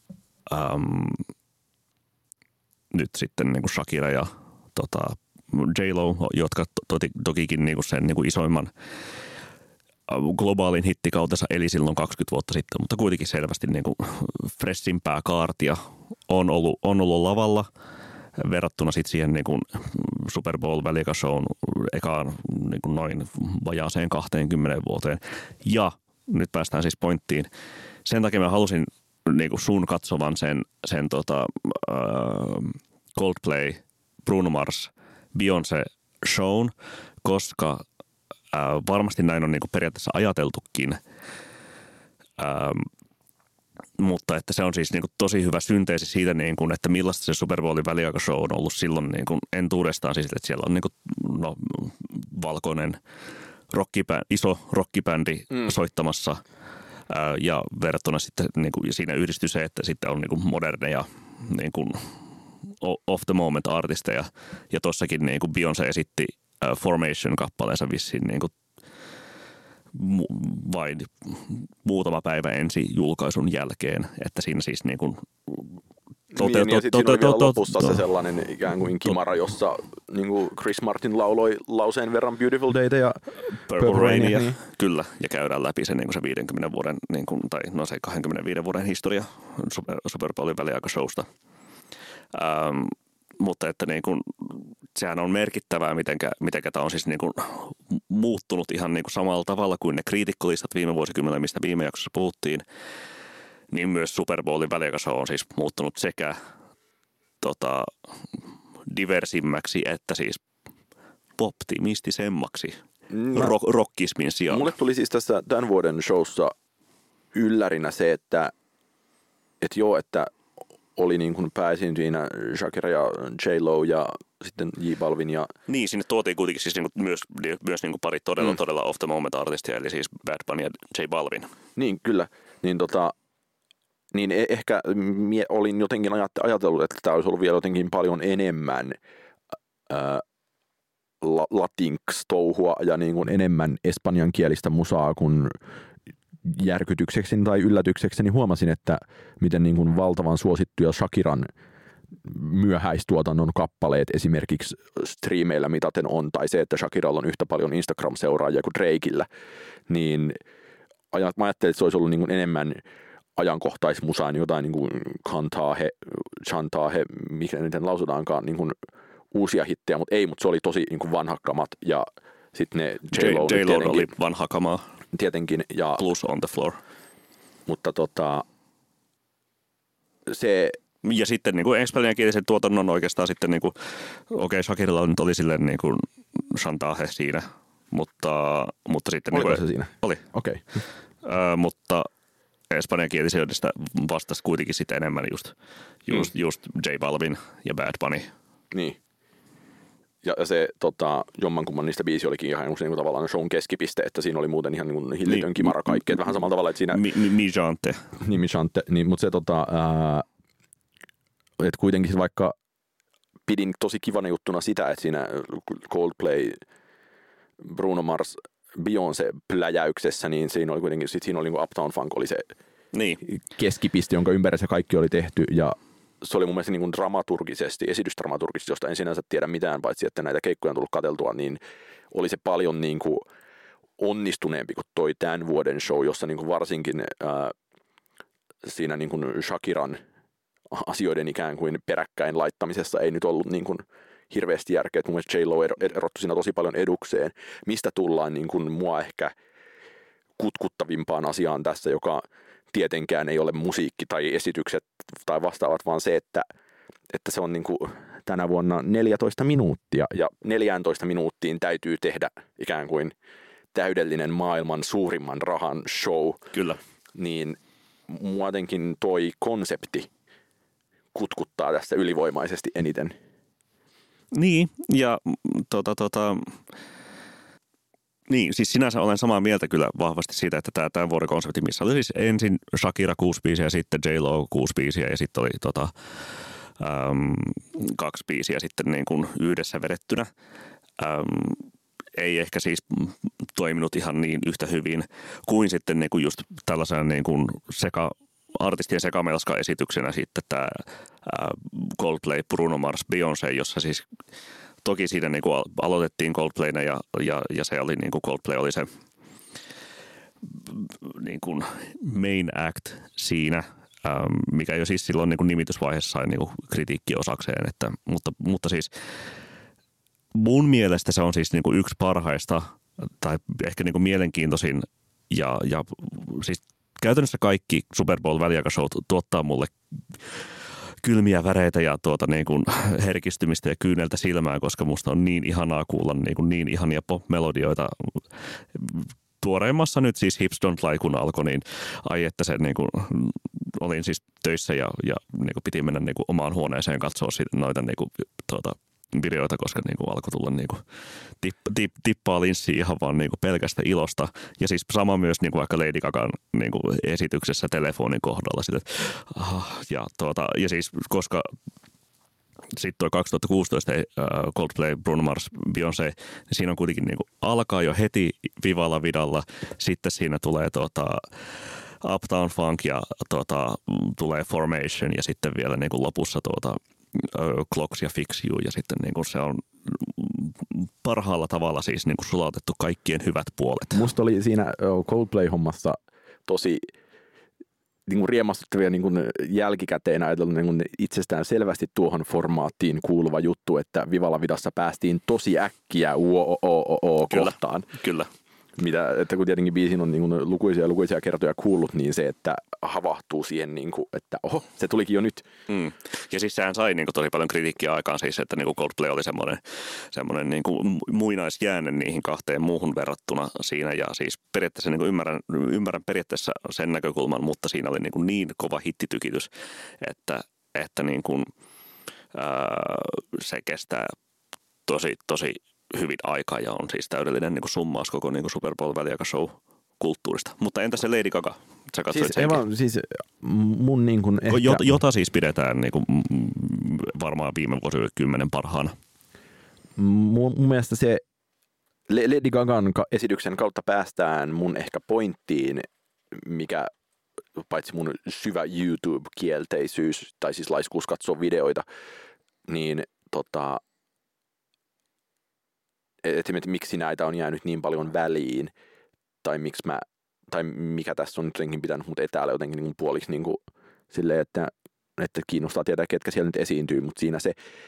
nyt sitten niin kuin Shakira ja J-Lo, jotka tokikin niin kuin sen niin kuin isoimman globaalin hittikautensa eli silloin 20 vuotta sitten, mutta kuitenkin selvästi niin kuin freshimpää kaartia on ollut lavalla verrattuna sitten siihen niin kuin Super Bowl väliaikashown ekaan niin kuin noin vajaaseen 20 vuoteen. Ja nyt päästään siis pointtiin. Sen takia mä halusin niin kuin sun katsovan sen Coldplay, Bruno Mars, Beyoncé shown, koska varmasti näin on niin kuin periaatteessa ajateltukin, mutta että se on siis niin kuin tosi hyvä synteesi siitä, niin kuin, että millaista se Super Bowlin väliaikashow on ollut silloin niin kuin entuudestaan, siis että siellä on niin kuin, valkoinen iso rockibändi soittamassa ja verrattuna sitten niin kuin, siinä yhdistyy se, että sitten on niin kuin moderneja niin kuin off the moment artisteja ja tossakin niin kuin Beyoncé esitti Formation-kappaleensa vissiin niin kuin vain muutama päivä ensi julkaisun jälkeen, että siinä siis niin kuin ja sitten siinä oli vielä lopussa se sellainen ikään kuin kimara, jossa niin kuin Chris Martin lauloi lauseen verran Beautiful Dayta ja Purple Rainia. Niin. Kyllä, ja käydään läpi se, niin kuin se 50 vuoden, niin kuin, tai no se 25 vuoden historia Super Bowlin väliaikashowsta. Mutta että niin kuin, sehän on merkittävää, mitenkä tämä on siis niin kuin muuttunut ihan niin kuin samalla tavalla kuin ne kriitikkolistat viime vuosikymmenellä, mistä viime jaksossa puhuttiin. Niin myös Super Bowlin väliaikashow on siis muuttunut sekä diversimmäksi että siis optimistisemmaksi rockismin sijaan. Mulle tuli siis tässä tämän vuoden showssa yllärinä se, että oli niin kuin pääesiintyjinä Shakira ja J-Lo ja sitten J Balvin ja... Niin, sinne tuotiin kuitenkin siis niin kuin myös niin kuin pari todella off the moment artistia, eli siis Bad Bunny ja J Balvin. Niin, kyllä. Niin ehkä olin jotenkin ajatellut, että tämä olisi ollut vielä jotenkin paljon enemmän latinx-touhua ja niin kuin enemmän espanjankielistä musaa kuin järkytyksekseni tai yllätyksekseni huomasin, että miten niin kuin valtavan suosittuja Shakiran myöhäistuotannon kappaleet esimerkiksi striimeillä mitaten on, tai se, että Shakiralla on yhtä paljon Instagram-seuraajia kuin Drakeillä, niin mä ajattelin, että se olisi ollut niin kuin enemmän ajankohtaismusaa, niin jotain niin kuin Chantahe, mikä niiden lausutaankaan, niin kuin uusia hittejä, mutta se oli tosi niin kuin vanhakkamat, ja sitten ne J-Lo oli vanhakamaa. Tietenkin. Ja, plus On the Floor. Mutta se... Ja sitten niin kuin espanjankielisen tuotannon oikeastaan sitten niin kuin, Shakirilla nyt oli silleen niin kuin Chantaje siinä, mutta sitten... Oliko niin kuin, se siinä? Oli. Okei. Mutta espanjankielisyydestä vastasi kuitenkin sitten enemmän just J Balvin ja Bad Bunny. Niin. Ja se jommankumman niistä biisi olikin ihan niin tavallaan shown keskipiste, että siinä oli muuten ihan niin hillitön kimara kaikki. Vähän samalla tavalla, että siinä... Mi Jante. Niin, mutta se että kuitenkin vaikka pidin tosi kivana juttuna sitä, että siinä Coldplay, Bruno Mars, Beyoncé pläjäyksessä, niin siinä oli kuitenkin, siinä oli niin kuin Uptown Funk oli se keskipiste, jonka ympärillä kaikki oli tehty, ja se oli mun mielestä niin kuin esitysdramaturgisesti, josta en sinänsä tiedä mitään, paitsi että näitä keikkoja on tullut katseltua, niin oli se paljon niin kuin onnistuneempi kuin toi tämän vuoden show, jossa niin kuin varsinkin siinä niin kuin Shakiran asioiden ikään kuin peräkkäin laittamisessa ei nyt ollut niin kuin hirveästi järkeä. Mun mielestä J-Lo erottui siinä tosi paljon edukseen, mistä tullaan niin kuin mua ehkä kutkuttavimpaan asiaan tässä, joka tietenkään ei ole musiikki tai esitykset tai vastaavat, vaan se, että se on niin kuin tänä vuonna 14 minuuttia ja 14 minuuttiin täytyy tehdä ikään kuin täydellinen maailman suurimman rahan show. Kyllä. Niin muutenkin toi konsepti kutkuttaa tässä ylivoimaisesti eniten. Niin, ja niin, siis sinänsä olen samaa mieltä kyllä vahvasti siitä, että tämä tämän vuoden konsepti, missä oli siis ensin Shakira 6 biisiä, sitten J-Lo 6 biisiä ja sitten oli 2 biisiä sitten niin kuin yhdessä vedettynä. Ei ehkä siis toiminut ihan niin yhtä hyvin kuin sitten niin kuin just tällaisena niin kuin artistien sekamelska-esityksenä sitten tämä Coldplay, Bruno Mars, Beyoncé, jossa siis toki siinä niin kuin aloitettiin Coldplayna ja se oli niin kuin Coldplay oli se niin kuin main act siinä, mikä jo siis silloin niin kuin nimitysvaiheessa sai niin kuin kritiikkiä osakseen, mutta siis mun mielestä se on siis niin kuin yksi parhaista tai ehkä niin kuin mielenkiintoisin ja siis käytännössä kaikki Super Bowl-väliaikashowt tuottaa mulle kylmiä väreitä ja niin kuin herkistymistä ja kyyneltä silmään, koska musta on niin ihanaa kuulla niin ihania pop-melodioita. Tuoreimmassa nyt siis Hips Don't Lie, kun alkoi, niin ai että se niin kuin, olin siis töissä ja niin kuin piti mennä niin kuin omaan huoneeseen katsoa noita niin kuin, videoita, koska niin kuin alkoi tulla niin kuin tippaa linssiä ihan vaan niin kuin pelkästä ilosta. Ja siis sama myös niin kuin vaikka Lady Gagan niin kuin esityksessä telefonin kohdalla. Ja siis koska sitten tuo 2016 Coldplay, Bruno Mars, Beyoncé, niin siinä on kuitenkin niin kuin alkaa jo heti vivalla vidalla. Sitten siinä tulee Uptown Funk ja tulee Formation ja sitten vielä niin kuin lopussa Clocks ja Fix You ja sitten niin kuin se on parhaalla tavalla siis niin kuin sulautettu kaikkien hyvät puolet. Musta oli siinä Coldplay-hommassa tosi niin kuin riemastuttavia niin kuin jälkikäteen ajatella niin kuin itsestään selvästi tuohon formaattiin kuuluva juttu, että Vivalla Vidassa päästiin tosi äkkiä kohtaan. Kyllä. Että kun tietenkin biisin on niin kuin lukuisia kertoja kuullut, niin se, että havahtuu siihen, niin kuin, että oho, se tulikin jo nyt. Ja siis sehän sai niin kuin tosi paljon kritiikkiä aikaan siis, että niin kuin Coldplay oli semmoinen niin kuin muinaisjäänne niihin kahteen muuhun verrattuna siinä. Ja siis periaatteessa niin kuin ymmärrän periaatteessa sen näkökulman, mutta siinä oli niin kova hittitykitys, että niin kuin, se kestää tosi hyvin aikaa ja on siis täydellinen niin kuin summaus koko niin kuin Super Bowl-väliaikashow-kulttuurista. Mutta entä se Lady Gaga? Sä katsoit siis mun niin kuin ehkä jota siis pidetään niin kuin varmaan viime vuosikymmenen parhaana. Mun mielestä se Lady Gagan esityksen kautta päästään mun ehkä pointtiin, mikä paitsi mun syvä YouTube-kielteisyys tai siis laiskuus katsoa videoita, niin että miksi näitä on jäänyt niin paljon väliin, tai mikä tässä on jotenkin pitänyt mut etäällä jotenkin niin puoliksi niin kuin silleen, että kiinnostaa tietää, ketkä siellä nyt esiintyy, mutta siinä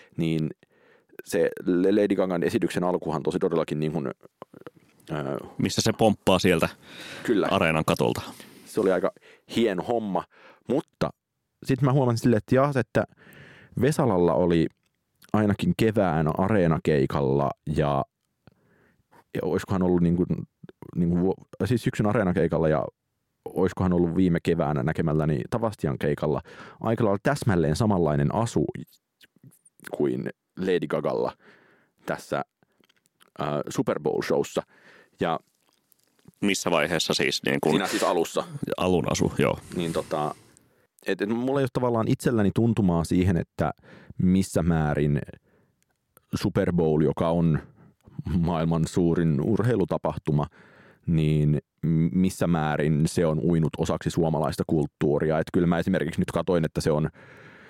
se Lady Gagan esityksen alkuhan tosi todellakin niin kuin, missä se pomppaa sieltä kyllä, areenan katolta. Se oli aika hieno homma, mutta sitten mä huomasin silleen, että Vesalalla oli ainakin kevään areenakeikalla ja olisikohan ollut siis syksyn areenakeikalla ja olisikohan ollut viime keväänä näkemälläni Tavastian keikalla aika lailla täsmälleen samanlainen asu kuin Lady Gagalla tässä Super Bowl-showssa. Ja missä vaiheessa siis? Siinä siis alussa. Alun asu, joo. Niin mulla ei ole tavallaan itselläni tuntumaa siihen, että missä määrin Super Bowl, joka on maailman suurin urheilutapahtuma, niin missä määrin se on uinut osaksi suomalaista kulttuuria. Että kyllä mä esimerkiksi nyt katsoin, että se on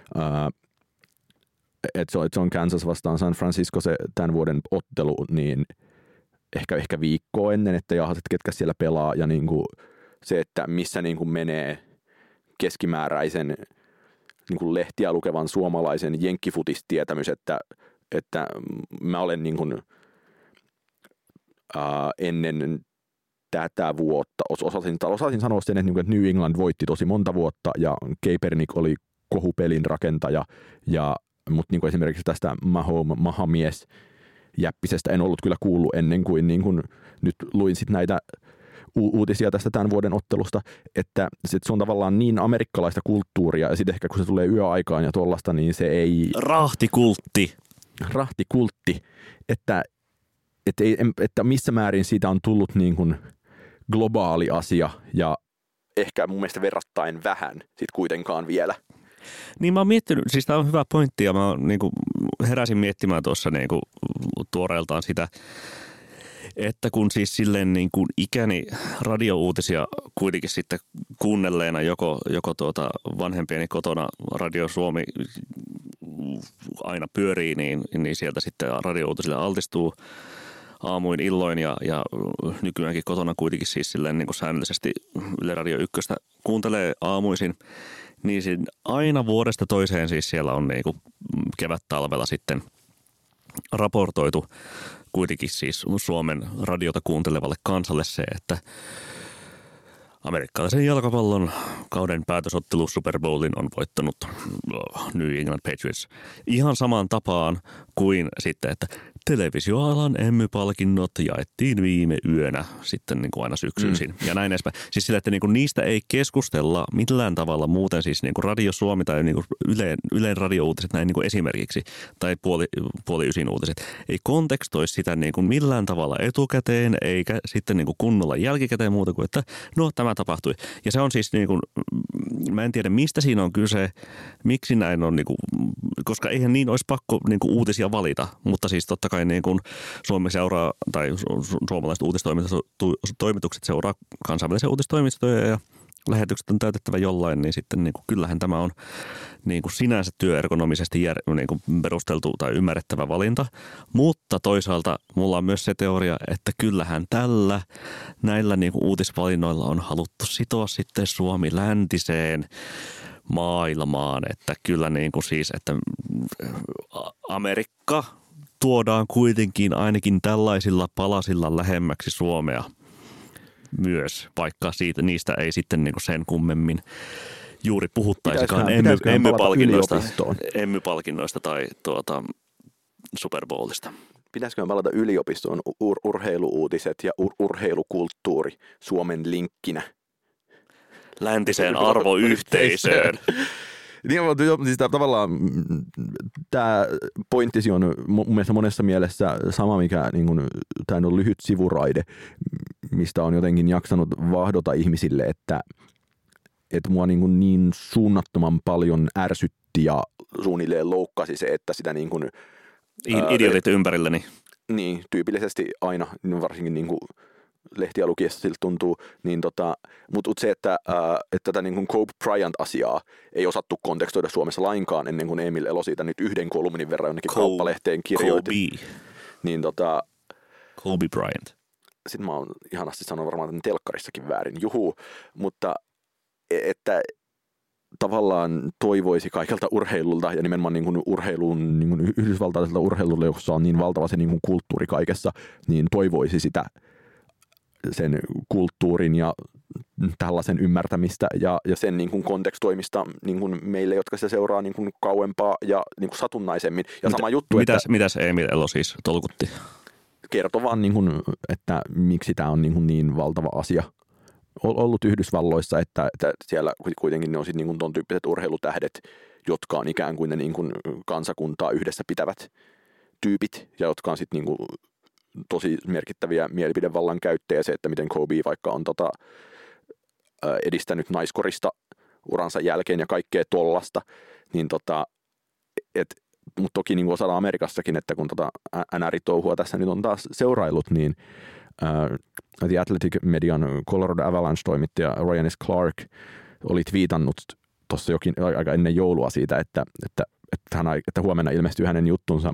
Kansas vastaan San Francisco se tämän vuoden ottelu, niin ehkä viikkoa ennen, että jahat, että ketkä siellä pelaa ja niin kuin se, että missä niin kuin menee keskimääräisen niin kuin lehtiä lukevan suomalaisen jenkkifutistietämys, että mä olen niin kuin, ennen tätä vuotta osasin sanoa sen, että New England voitti tosi monta vuotta ja Kaepernick oli kohupelin rakentaja ja mutta niin kuin esimerkiksi tästä Mahomies jäppisestä en ollut kyllä kuullut ennen kuin, nyt luin sit näitä uutisia tästä tämän vuoden ottelusta, että se on tavallaan niin amerikkalaista kulttuuria, ja sitten ehkä kun se tulee yöaikaan ja tuollaista, niin se ei... Rahtikultti, että missä määrin siitä on tullut niin kuin globaali asia, ja ehkä mun mielestä verrattain vähän sit kuitenkaan vielä. Niin mä oon miettinyt, siis tää on hyvä pointti, ja mä niinku heräsin miettimään tuossa niinku tuoreeltaan sitä, että kun siis silleen niin kuin ikäni radiouutisia kuitenkin sitten kuunnelleena joko vanhempieni kotona Radio Suomi aina pyörii, niin sieltä sitten radiouutisille altistuu aamuin illoin ja nykyäänkin kotona kuitenkin siis silleen niin kuin säännöllisesti Yle Radio 1 kuuntelee aamuisin, niin aina vuodesta toiseen siis siellä on niin kuin kevät-talvella sitten raportoitu kuitenkin siis Suomen radiota kuuntelevalle kansalle se, että amerikkalaisen jalkapallon kauden päätösottelu Super Bowlin on voittanut New England Patriots ihan samaan tapaan kuin sitten, että televisioalan Emmy-palkinnot jaettiin viime yönä sitten niin kuin aina syksyisin ja näin edespäin. Siis sillä, että niin kuin niistä ei keskustella millään tavalla muuten siis niin kuin Radio Suomi tai niin kuin Ylen radio-uutiset näin niin kuin esimerkiksi tai puoli ysin uutiset ei kontekstoi sitä niin kuin millään tavalla etukäteen eikä sitten niin kuin kunnolla jälkikäteen muuta kuin, että no tämä tapahtui. Ja se on siis niin kuin, mä en tiedä mistä siinä on kyse, miksi näin on, niin kuin, koska eihän niin olisi pakko niin kuin uutisia valita, mutta siis totta kai niin kuin Suomi seuraa tai suomalaiset uutistoimitukset seuraa kansainvälisiä uutistoimistoja ja lähetykset on täytettävä jollain, niin sitten niin kuin, kyllähän tämä on niin kuin sinänsä työergonomisesti niin kuin perusteltu tai ymmärrettävä valinta, mutta toisaalta mulla on myös se teoria, että kyllähän näillä niin kuin uutisvalinnoilla on haluttu sitoa sitten Suomi läntiseen maailmaan, että kyllä niin kuin siis, että Amerikka tuodaan kuitenkin ainakin tällaisilla palasilla lähemmäksi Suomea myös, vaikka niistä ei sitten niin kuin sen kummemmin juuri puhuttaisikaan Emmy-palkinnoista tai Super Bowlista. Pitäisikö palata yliopistoon urheiluuutiset ja urheilukulttuuri Suomen linkkinä? Läntiseen arvoyhteisöön. Niin, siis tavallaan tämä pointtisi on mun mielestä monessa mielessä sama, mikä niin kuin, tämä on lyhyt sivuraide, mistä on jotenkin jaksanut vahdota ihmisille, että mua niin suunnattoman paljon ärsytti ja suunnilleen loukkasi se, että sitä niin kuin... Idiotit ympärilläni. Niin, tyypillisesti aina, varsinkin niin kuin lehtiä lukiessa siltä tuntuu, niin mutta se, että tätä niin kuin Kobe Bryant-asiaa ei osattu kontekstoida Suomessa lainkaan ennen kuin Emil Elo siitä nyt yhden kolumnin verran jonnekin kauppalehteen kirjoitti. Niin Kobe Bryant. Sitten mä oon ihanasti sanonut varmaan tämän telkkarissakin väärin, mutta että tavallaan toivoisi kaikelta urheilulta ja nimenomaan niin kuin urheiluun, niin kuin yhdysvaltaiselta urheilulle, jossa on niin valtava se niin kuin kulttuuri kaikessa, niin toivoisi sitä sen kulttuurin ja tällaisen ymmärtämistä ja sen niin kuin kontekstoimista niin kuin meille, jotka se seuraa niin kuin kauempaa ja niin kuin satunnaisemmin. Ja sama juttu, mitäs Emil Elo siis tolkutti? Kertoo vaan, niin kuin, että miksi tämä on niin valtava asia ollut Yhdysvalloissa, että siellä kuitenkin ne on sitten niin ton tyyppiset urheilutähdet, jotka on ikään kuin ne niin kuin kansakuntaa yhdessä pitävät tyypit ja jotka on sitten niin kuin tosi merkittäviä mielipidevallan käyttäjiä. Se, että miten Kobe vaikka on edistänyt naiskorista uransa jälkeen ja kaikkea tollasta, niin mutta toki niin kuin osalla Amerikassakin, että kun NR-touhua tässä nyt on taas seuraillut, niin The Athletic-median Colorado Avalanche-toimittaja Ryan S. Clark oli twiitannut tuossa jokin aika ennen joulua siitä, että huomenna ilmestyy hänen juttunsa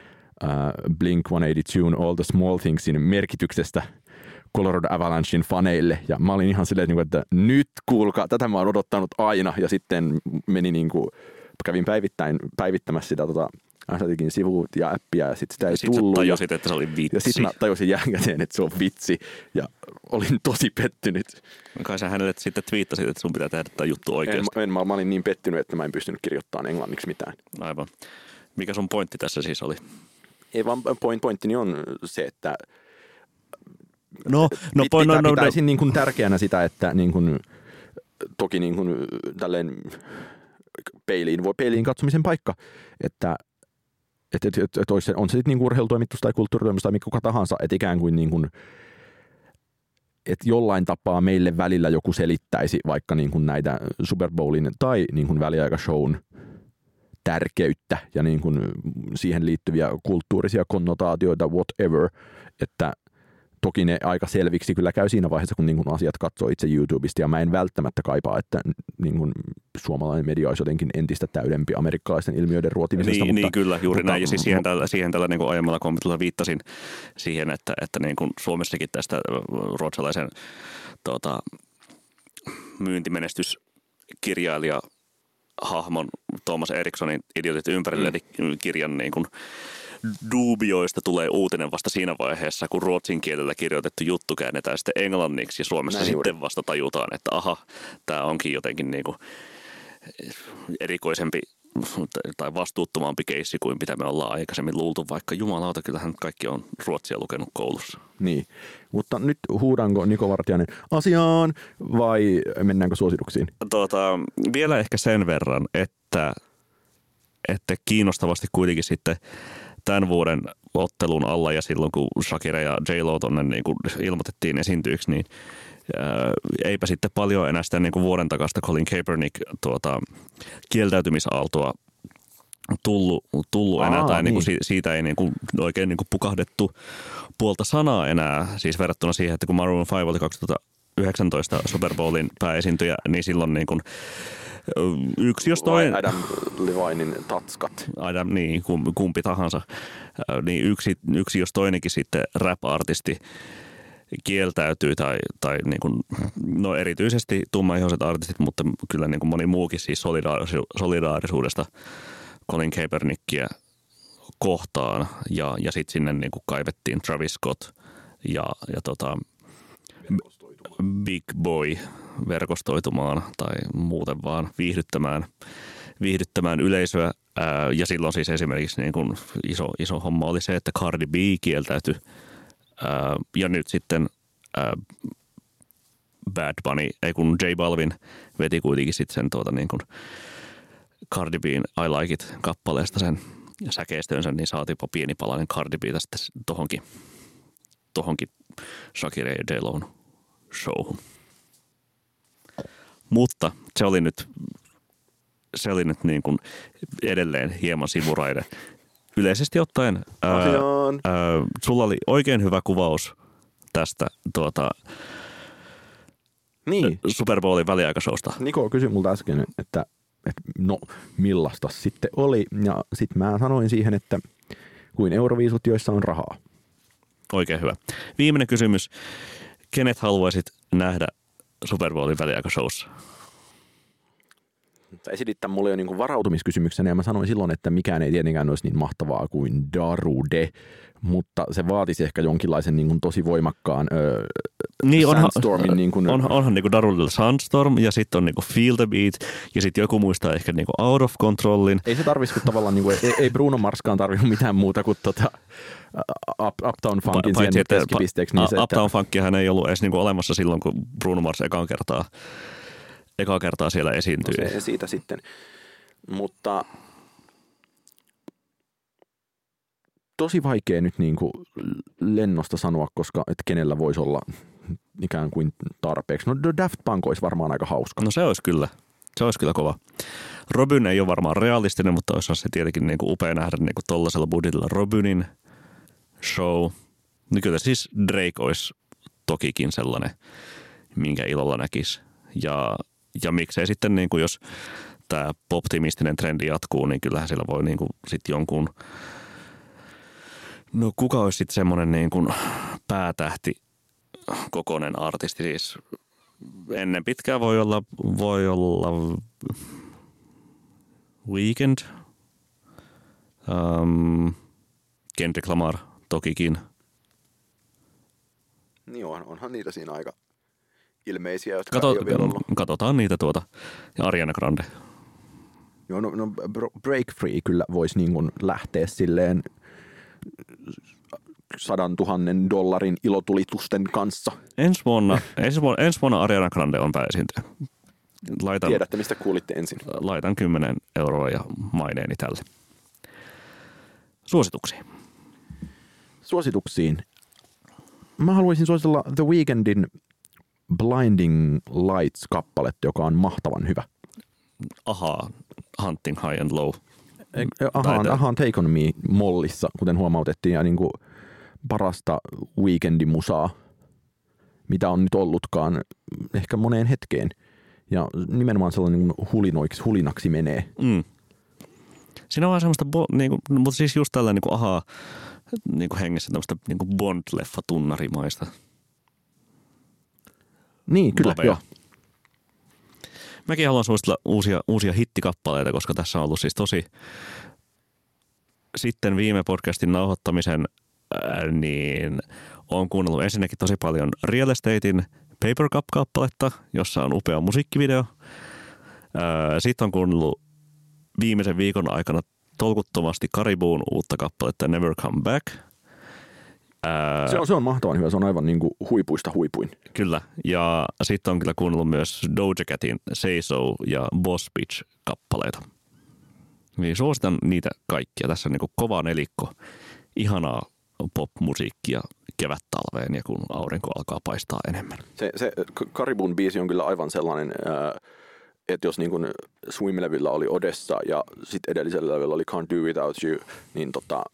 Blink-182 All the Small Thingsin merkityksestä Colorado Avalanchein faneille. Ja mä olin ihan silleen, että nyt kuulkaa, tätä mä oon odottanut aina. Ja sitten kävin päivittämässä sitä Athleticin sivut ja appia ja sitten sitä ei tullut. Sitten tajusit, että se oli vitsi. Ja sitten mä tajusin jälkikäteen, että se on vitsi ja olin tosi pettynyt. Kai sä hänelle sitten twiittasit, että sun pitää tehdä tämä juttu oikeasti. Mä olin niin pettynyt, että mä en pystynyt kirjoittamaan englanniksi mitään. Aivan. Mikä sun pointti tässä siis oli? Ei vaan pointtini on se, että pitäisin niin kuin tärkeänä sitä, että niin kuin, toki niin kuin, tälleen peiliin katsomisen paikka, että on se sitten niin kuin urheilutoimitus tai kulttuuritoimitus tai kuka tahansa, että ikään kuin, että jollain tapaa meille välillä joku selittäisi vaikka niin kuin näitä Super Bowlin tai niin kuin väliaikashown tärkeyttä ja niin kuin siihen liittyviä kulttuurisia konnotaatioita, whatever, että toki ne aika selviksi kyllä käy siinä vaiheessa, kun niin kuin asiat katsoo itse YouTubesta, ja mä en välttämättä kaipaa, että niin kuin suomalainen media olisi jotenkin entistä täydempi amerikkalaisten ilmiöiden ruotimisesta. Niin kyllä, juuri näin. Ja siis siihen tällä niin kuin aiemmalla kommentilla viittasin siihen, että niin kuin Suomessakin tästä ruotsalaisen myyntimenestyskirjailija hahmon Thomas Erikssonin Idiotit ympärille kirjan niin kuin duubioista tulee uutinen vasta siinä vaiheessa, kun ruotsin kielellä kirjoitettu juttu käännetään sitten englanniksi ja Suomessa näin sitten vasta tajutaan, että aha, tämä onkin jotenkin niin kuin erikoisempi tai vastuuttomampi keissi kuin mitä me ollaan aikaisemmin luultu, vaikka jumalauta, kyllähän kaikki on ruotsia lukenut koulussa. Niin, mutta nyt huudanko Niko Vartiainen asiaan vai mennäänkö suosituksiin? Vielä ehkä sen verran, että kiinnostavasti kuitenkin sitten tämän vuoden ottelun alla ja silloin kun Shakira ja J-Lo tonne niin kuin ilmoitettiin esiintyjiksi, niin eipä sitten paljon enää sitä niin kuin vuoden takasta Colin Kaepernick kieltäytymisaaltoa tullut enää, tai niin kuin siitä ei niin kuin oikein niin kuin pukahdettu puolta sanaa enää, siis verrattuna siihen, että kun Maroon 5 oli 2019 Super Bowlin pääesiintyjä, niin silloin niin kuin yksi jos toinen... Adam Levinin tatskat. Adam, niin, kumpi tahansa. Niin yksi jos toinenkin sitten rap-artisti kieltäytyy tai niin kuin, no erityisesti tummaihoiset artistit, mutta kyllä niin kuin moni muukin siis solidaarisuudesta Colin Kaepernickia kohtaan ja sitten sinne niin kuin kaivettiin Travis Scott ja Big Boy verkostoitumaan tai muuten vaan viihdyttämään yleisöä. Ja silloin siis esimerkiksi niin kuin iso homma oli se, että Cardi B kieltäytyi. Ja nyt sitten Bad Bunny, ei kun J Balvin veti kuitenkin sitten sen niin kuin Cardi B:n I Like It -kappaleesta sen säkeistönsä, niin saatiinpa pieni palanen Cardi B:tä sitten tohonkin Shakira ja J-Lon showhun. Mutta se oli nyt niin kuin edelleen hieman sivuraide. Yleisesti ottaen sulla oli oikein hyvä kuvaus tästä Super Bowlin väliaikashowsta. Niko kysyi multa äsken, että no millaista sitten oli, ja sitten mä sanoin siihen, että kuin Euroviisut, joissa on rahaa. Oikein hyvä. Viimeinen kysymys. Kenet haluaisit nähdä Super Bowlin väliaikashowssa? Esitit tämän mulle jo niin kuin varautumiskysymyksenä, ja mä sanoin silloin, että mikään ei tietenkään olisi niin mahtavaa kuin Darude, mutta se vaatisi ehkä jonkinlaisen niin kuin tosi voimakkaan Sandstormin. Onhan niin kuin Darudella Sandstorm, ja sitten on niin kuin Feel the Beat, ja sitten joku muistaa ehkä niin kuin Out of Controlin. Ei se tarvitsisi tavallaan, niin kuin, ei Bruno Marskaan tarvinnut mitään muuta kuin Uptown Funkin siihen keskipisteeksi. Niin Uptown Funkiahan ei ollut edes niin kuin olemassa silloin, kun Bruno Mars eka kertaa siellä esiintyi. No se siitä sitten. Mutta tosi vaikea nyt niin kuin lennosta sanoa, koska et kenellä voisi olla ikään kuin tarpeeksi. No Daft Punk olisi varmaan aika hauska. No se olisi kyllä kova. Robyn ei ole varmaan realistinen, mutta olisi se tietenkin niin kuin upea nähdä niin kuin tollasella budjetilla Robynin show. Niin kyllä siis Drake olisi tokikin sellainen, minkä ilolla näkisi. Ja miksei sitten, niin kuin jos tämä optimistinen trendi jatkuu, niin kyllähän siellä voi niin kuin sitten jonkun, no kuka olisi sitten semmoinen niin kuin päätähti kokoinen artisti, siis ennen pitkään voi olla Weeknd, Kendrick Lamar tokikin. Niin onhan niitä siinä aika ilmeisiä, jotka ei ole vielä ollut. Katsotaan niitä ja Ariana Grande. Joo, no Break Free kyllä voisi niin kuin lähteä silleen $100,000 ilotulitusten kanssa. Ensi vuonna Ariana Grande on pääesiintyjä. Tiedätte, mistä kuulitte ensin. Laitan 10 euroa ja maineeni tälle. Suosituksiin. Mä haluaisin suositella The Weekndin Blinding Lights-kappaletta, joka on mahtavan hyvä. Aha, Hunting High and Low. Aha, Take On Me mollissa, kuten huomautettiin, ja niin kuin parasta Weekendin musaa, mitä on nyt ollutkaan ehkä moneen hetkeen. Ja nimenomaan sellainen hulinaksi menee. Siinä on vaan semmoista, mutta siis just tällä niin Aha niin hengessä tämmöistä niin Bond-leffa-tunnarimaista. Niin, kyllä, joo. Mäkin haluan suositella uusia hittikappaleita, koska tässä on ollut siis tosi sitten viime podcastin nauhoittamisen, niin olen kuunnellut ensinnäkin tosi paljon Real Estatein Paper Cup-kappaletta, jossa on upea musiikkivideo. Sitten on kuunnellut viimeisen viikon aikana tolkuttomasti Caribou'n uutta kappaletta Never Come Back. Se on mahtavan hyvä, se on aivan niin kuin huipuista huipuin. Kyllä, ja sitten on kyllä kuunnellut myös Doja Catin Say So ja Boss Bitch-kappaleita. Niin suositan niitä kaikkia. Tässä on niin kuin kova nelikko, ihanaa pop-musiikkia kevättalveen ja kun aurinko alkaa paistaa enemmän. Se Caribou'n biisi on kyllä aivan sellainen, että jos niin kuin Swim-levyllä oli Odessa ja sitten edellisellä levyllä oli Can't Do Without You, niin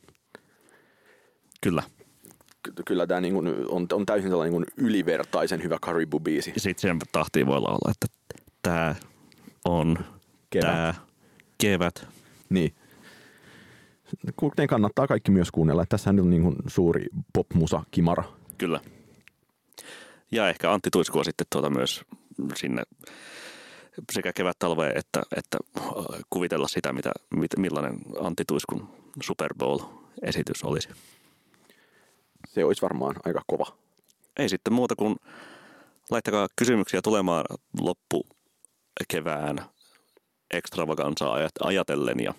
Kyllä tämä niin on täysin sellainen niin ylivertaisen hyvä Caribou-biisi. Sitten sen tahtiin voi laulaa, että tämä on kevät. Niin. Ne kannattaa kaikki myös kuunnella. Tässähän on niin kuin suuri pop-musa-kimara. Kyllä. Ja ehkä Antti Tuiskua sitten myös sinne sekä kevät-talveen että kuvitella sitä, millainen Antti Tuiskun Super Bowl-esitys olisi. Se olisi varmaan aika kova. Ei sitten muuta kuin laittakaa kysymyksiä tulemaan loppukevään ekstravagansaa ajatellen ja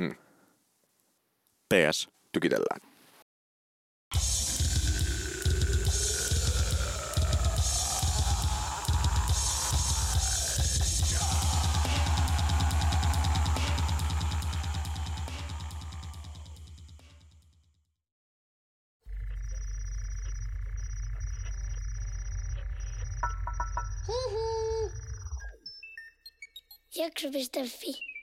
PS. Tykitellään. Jakso.fi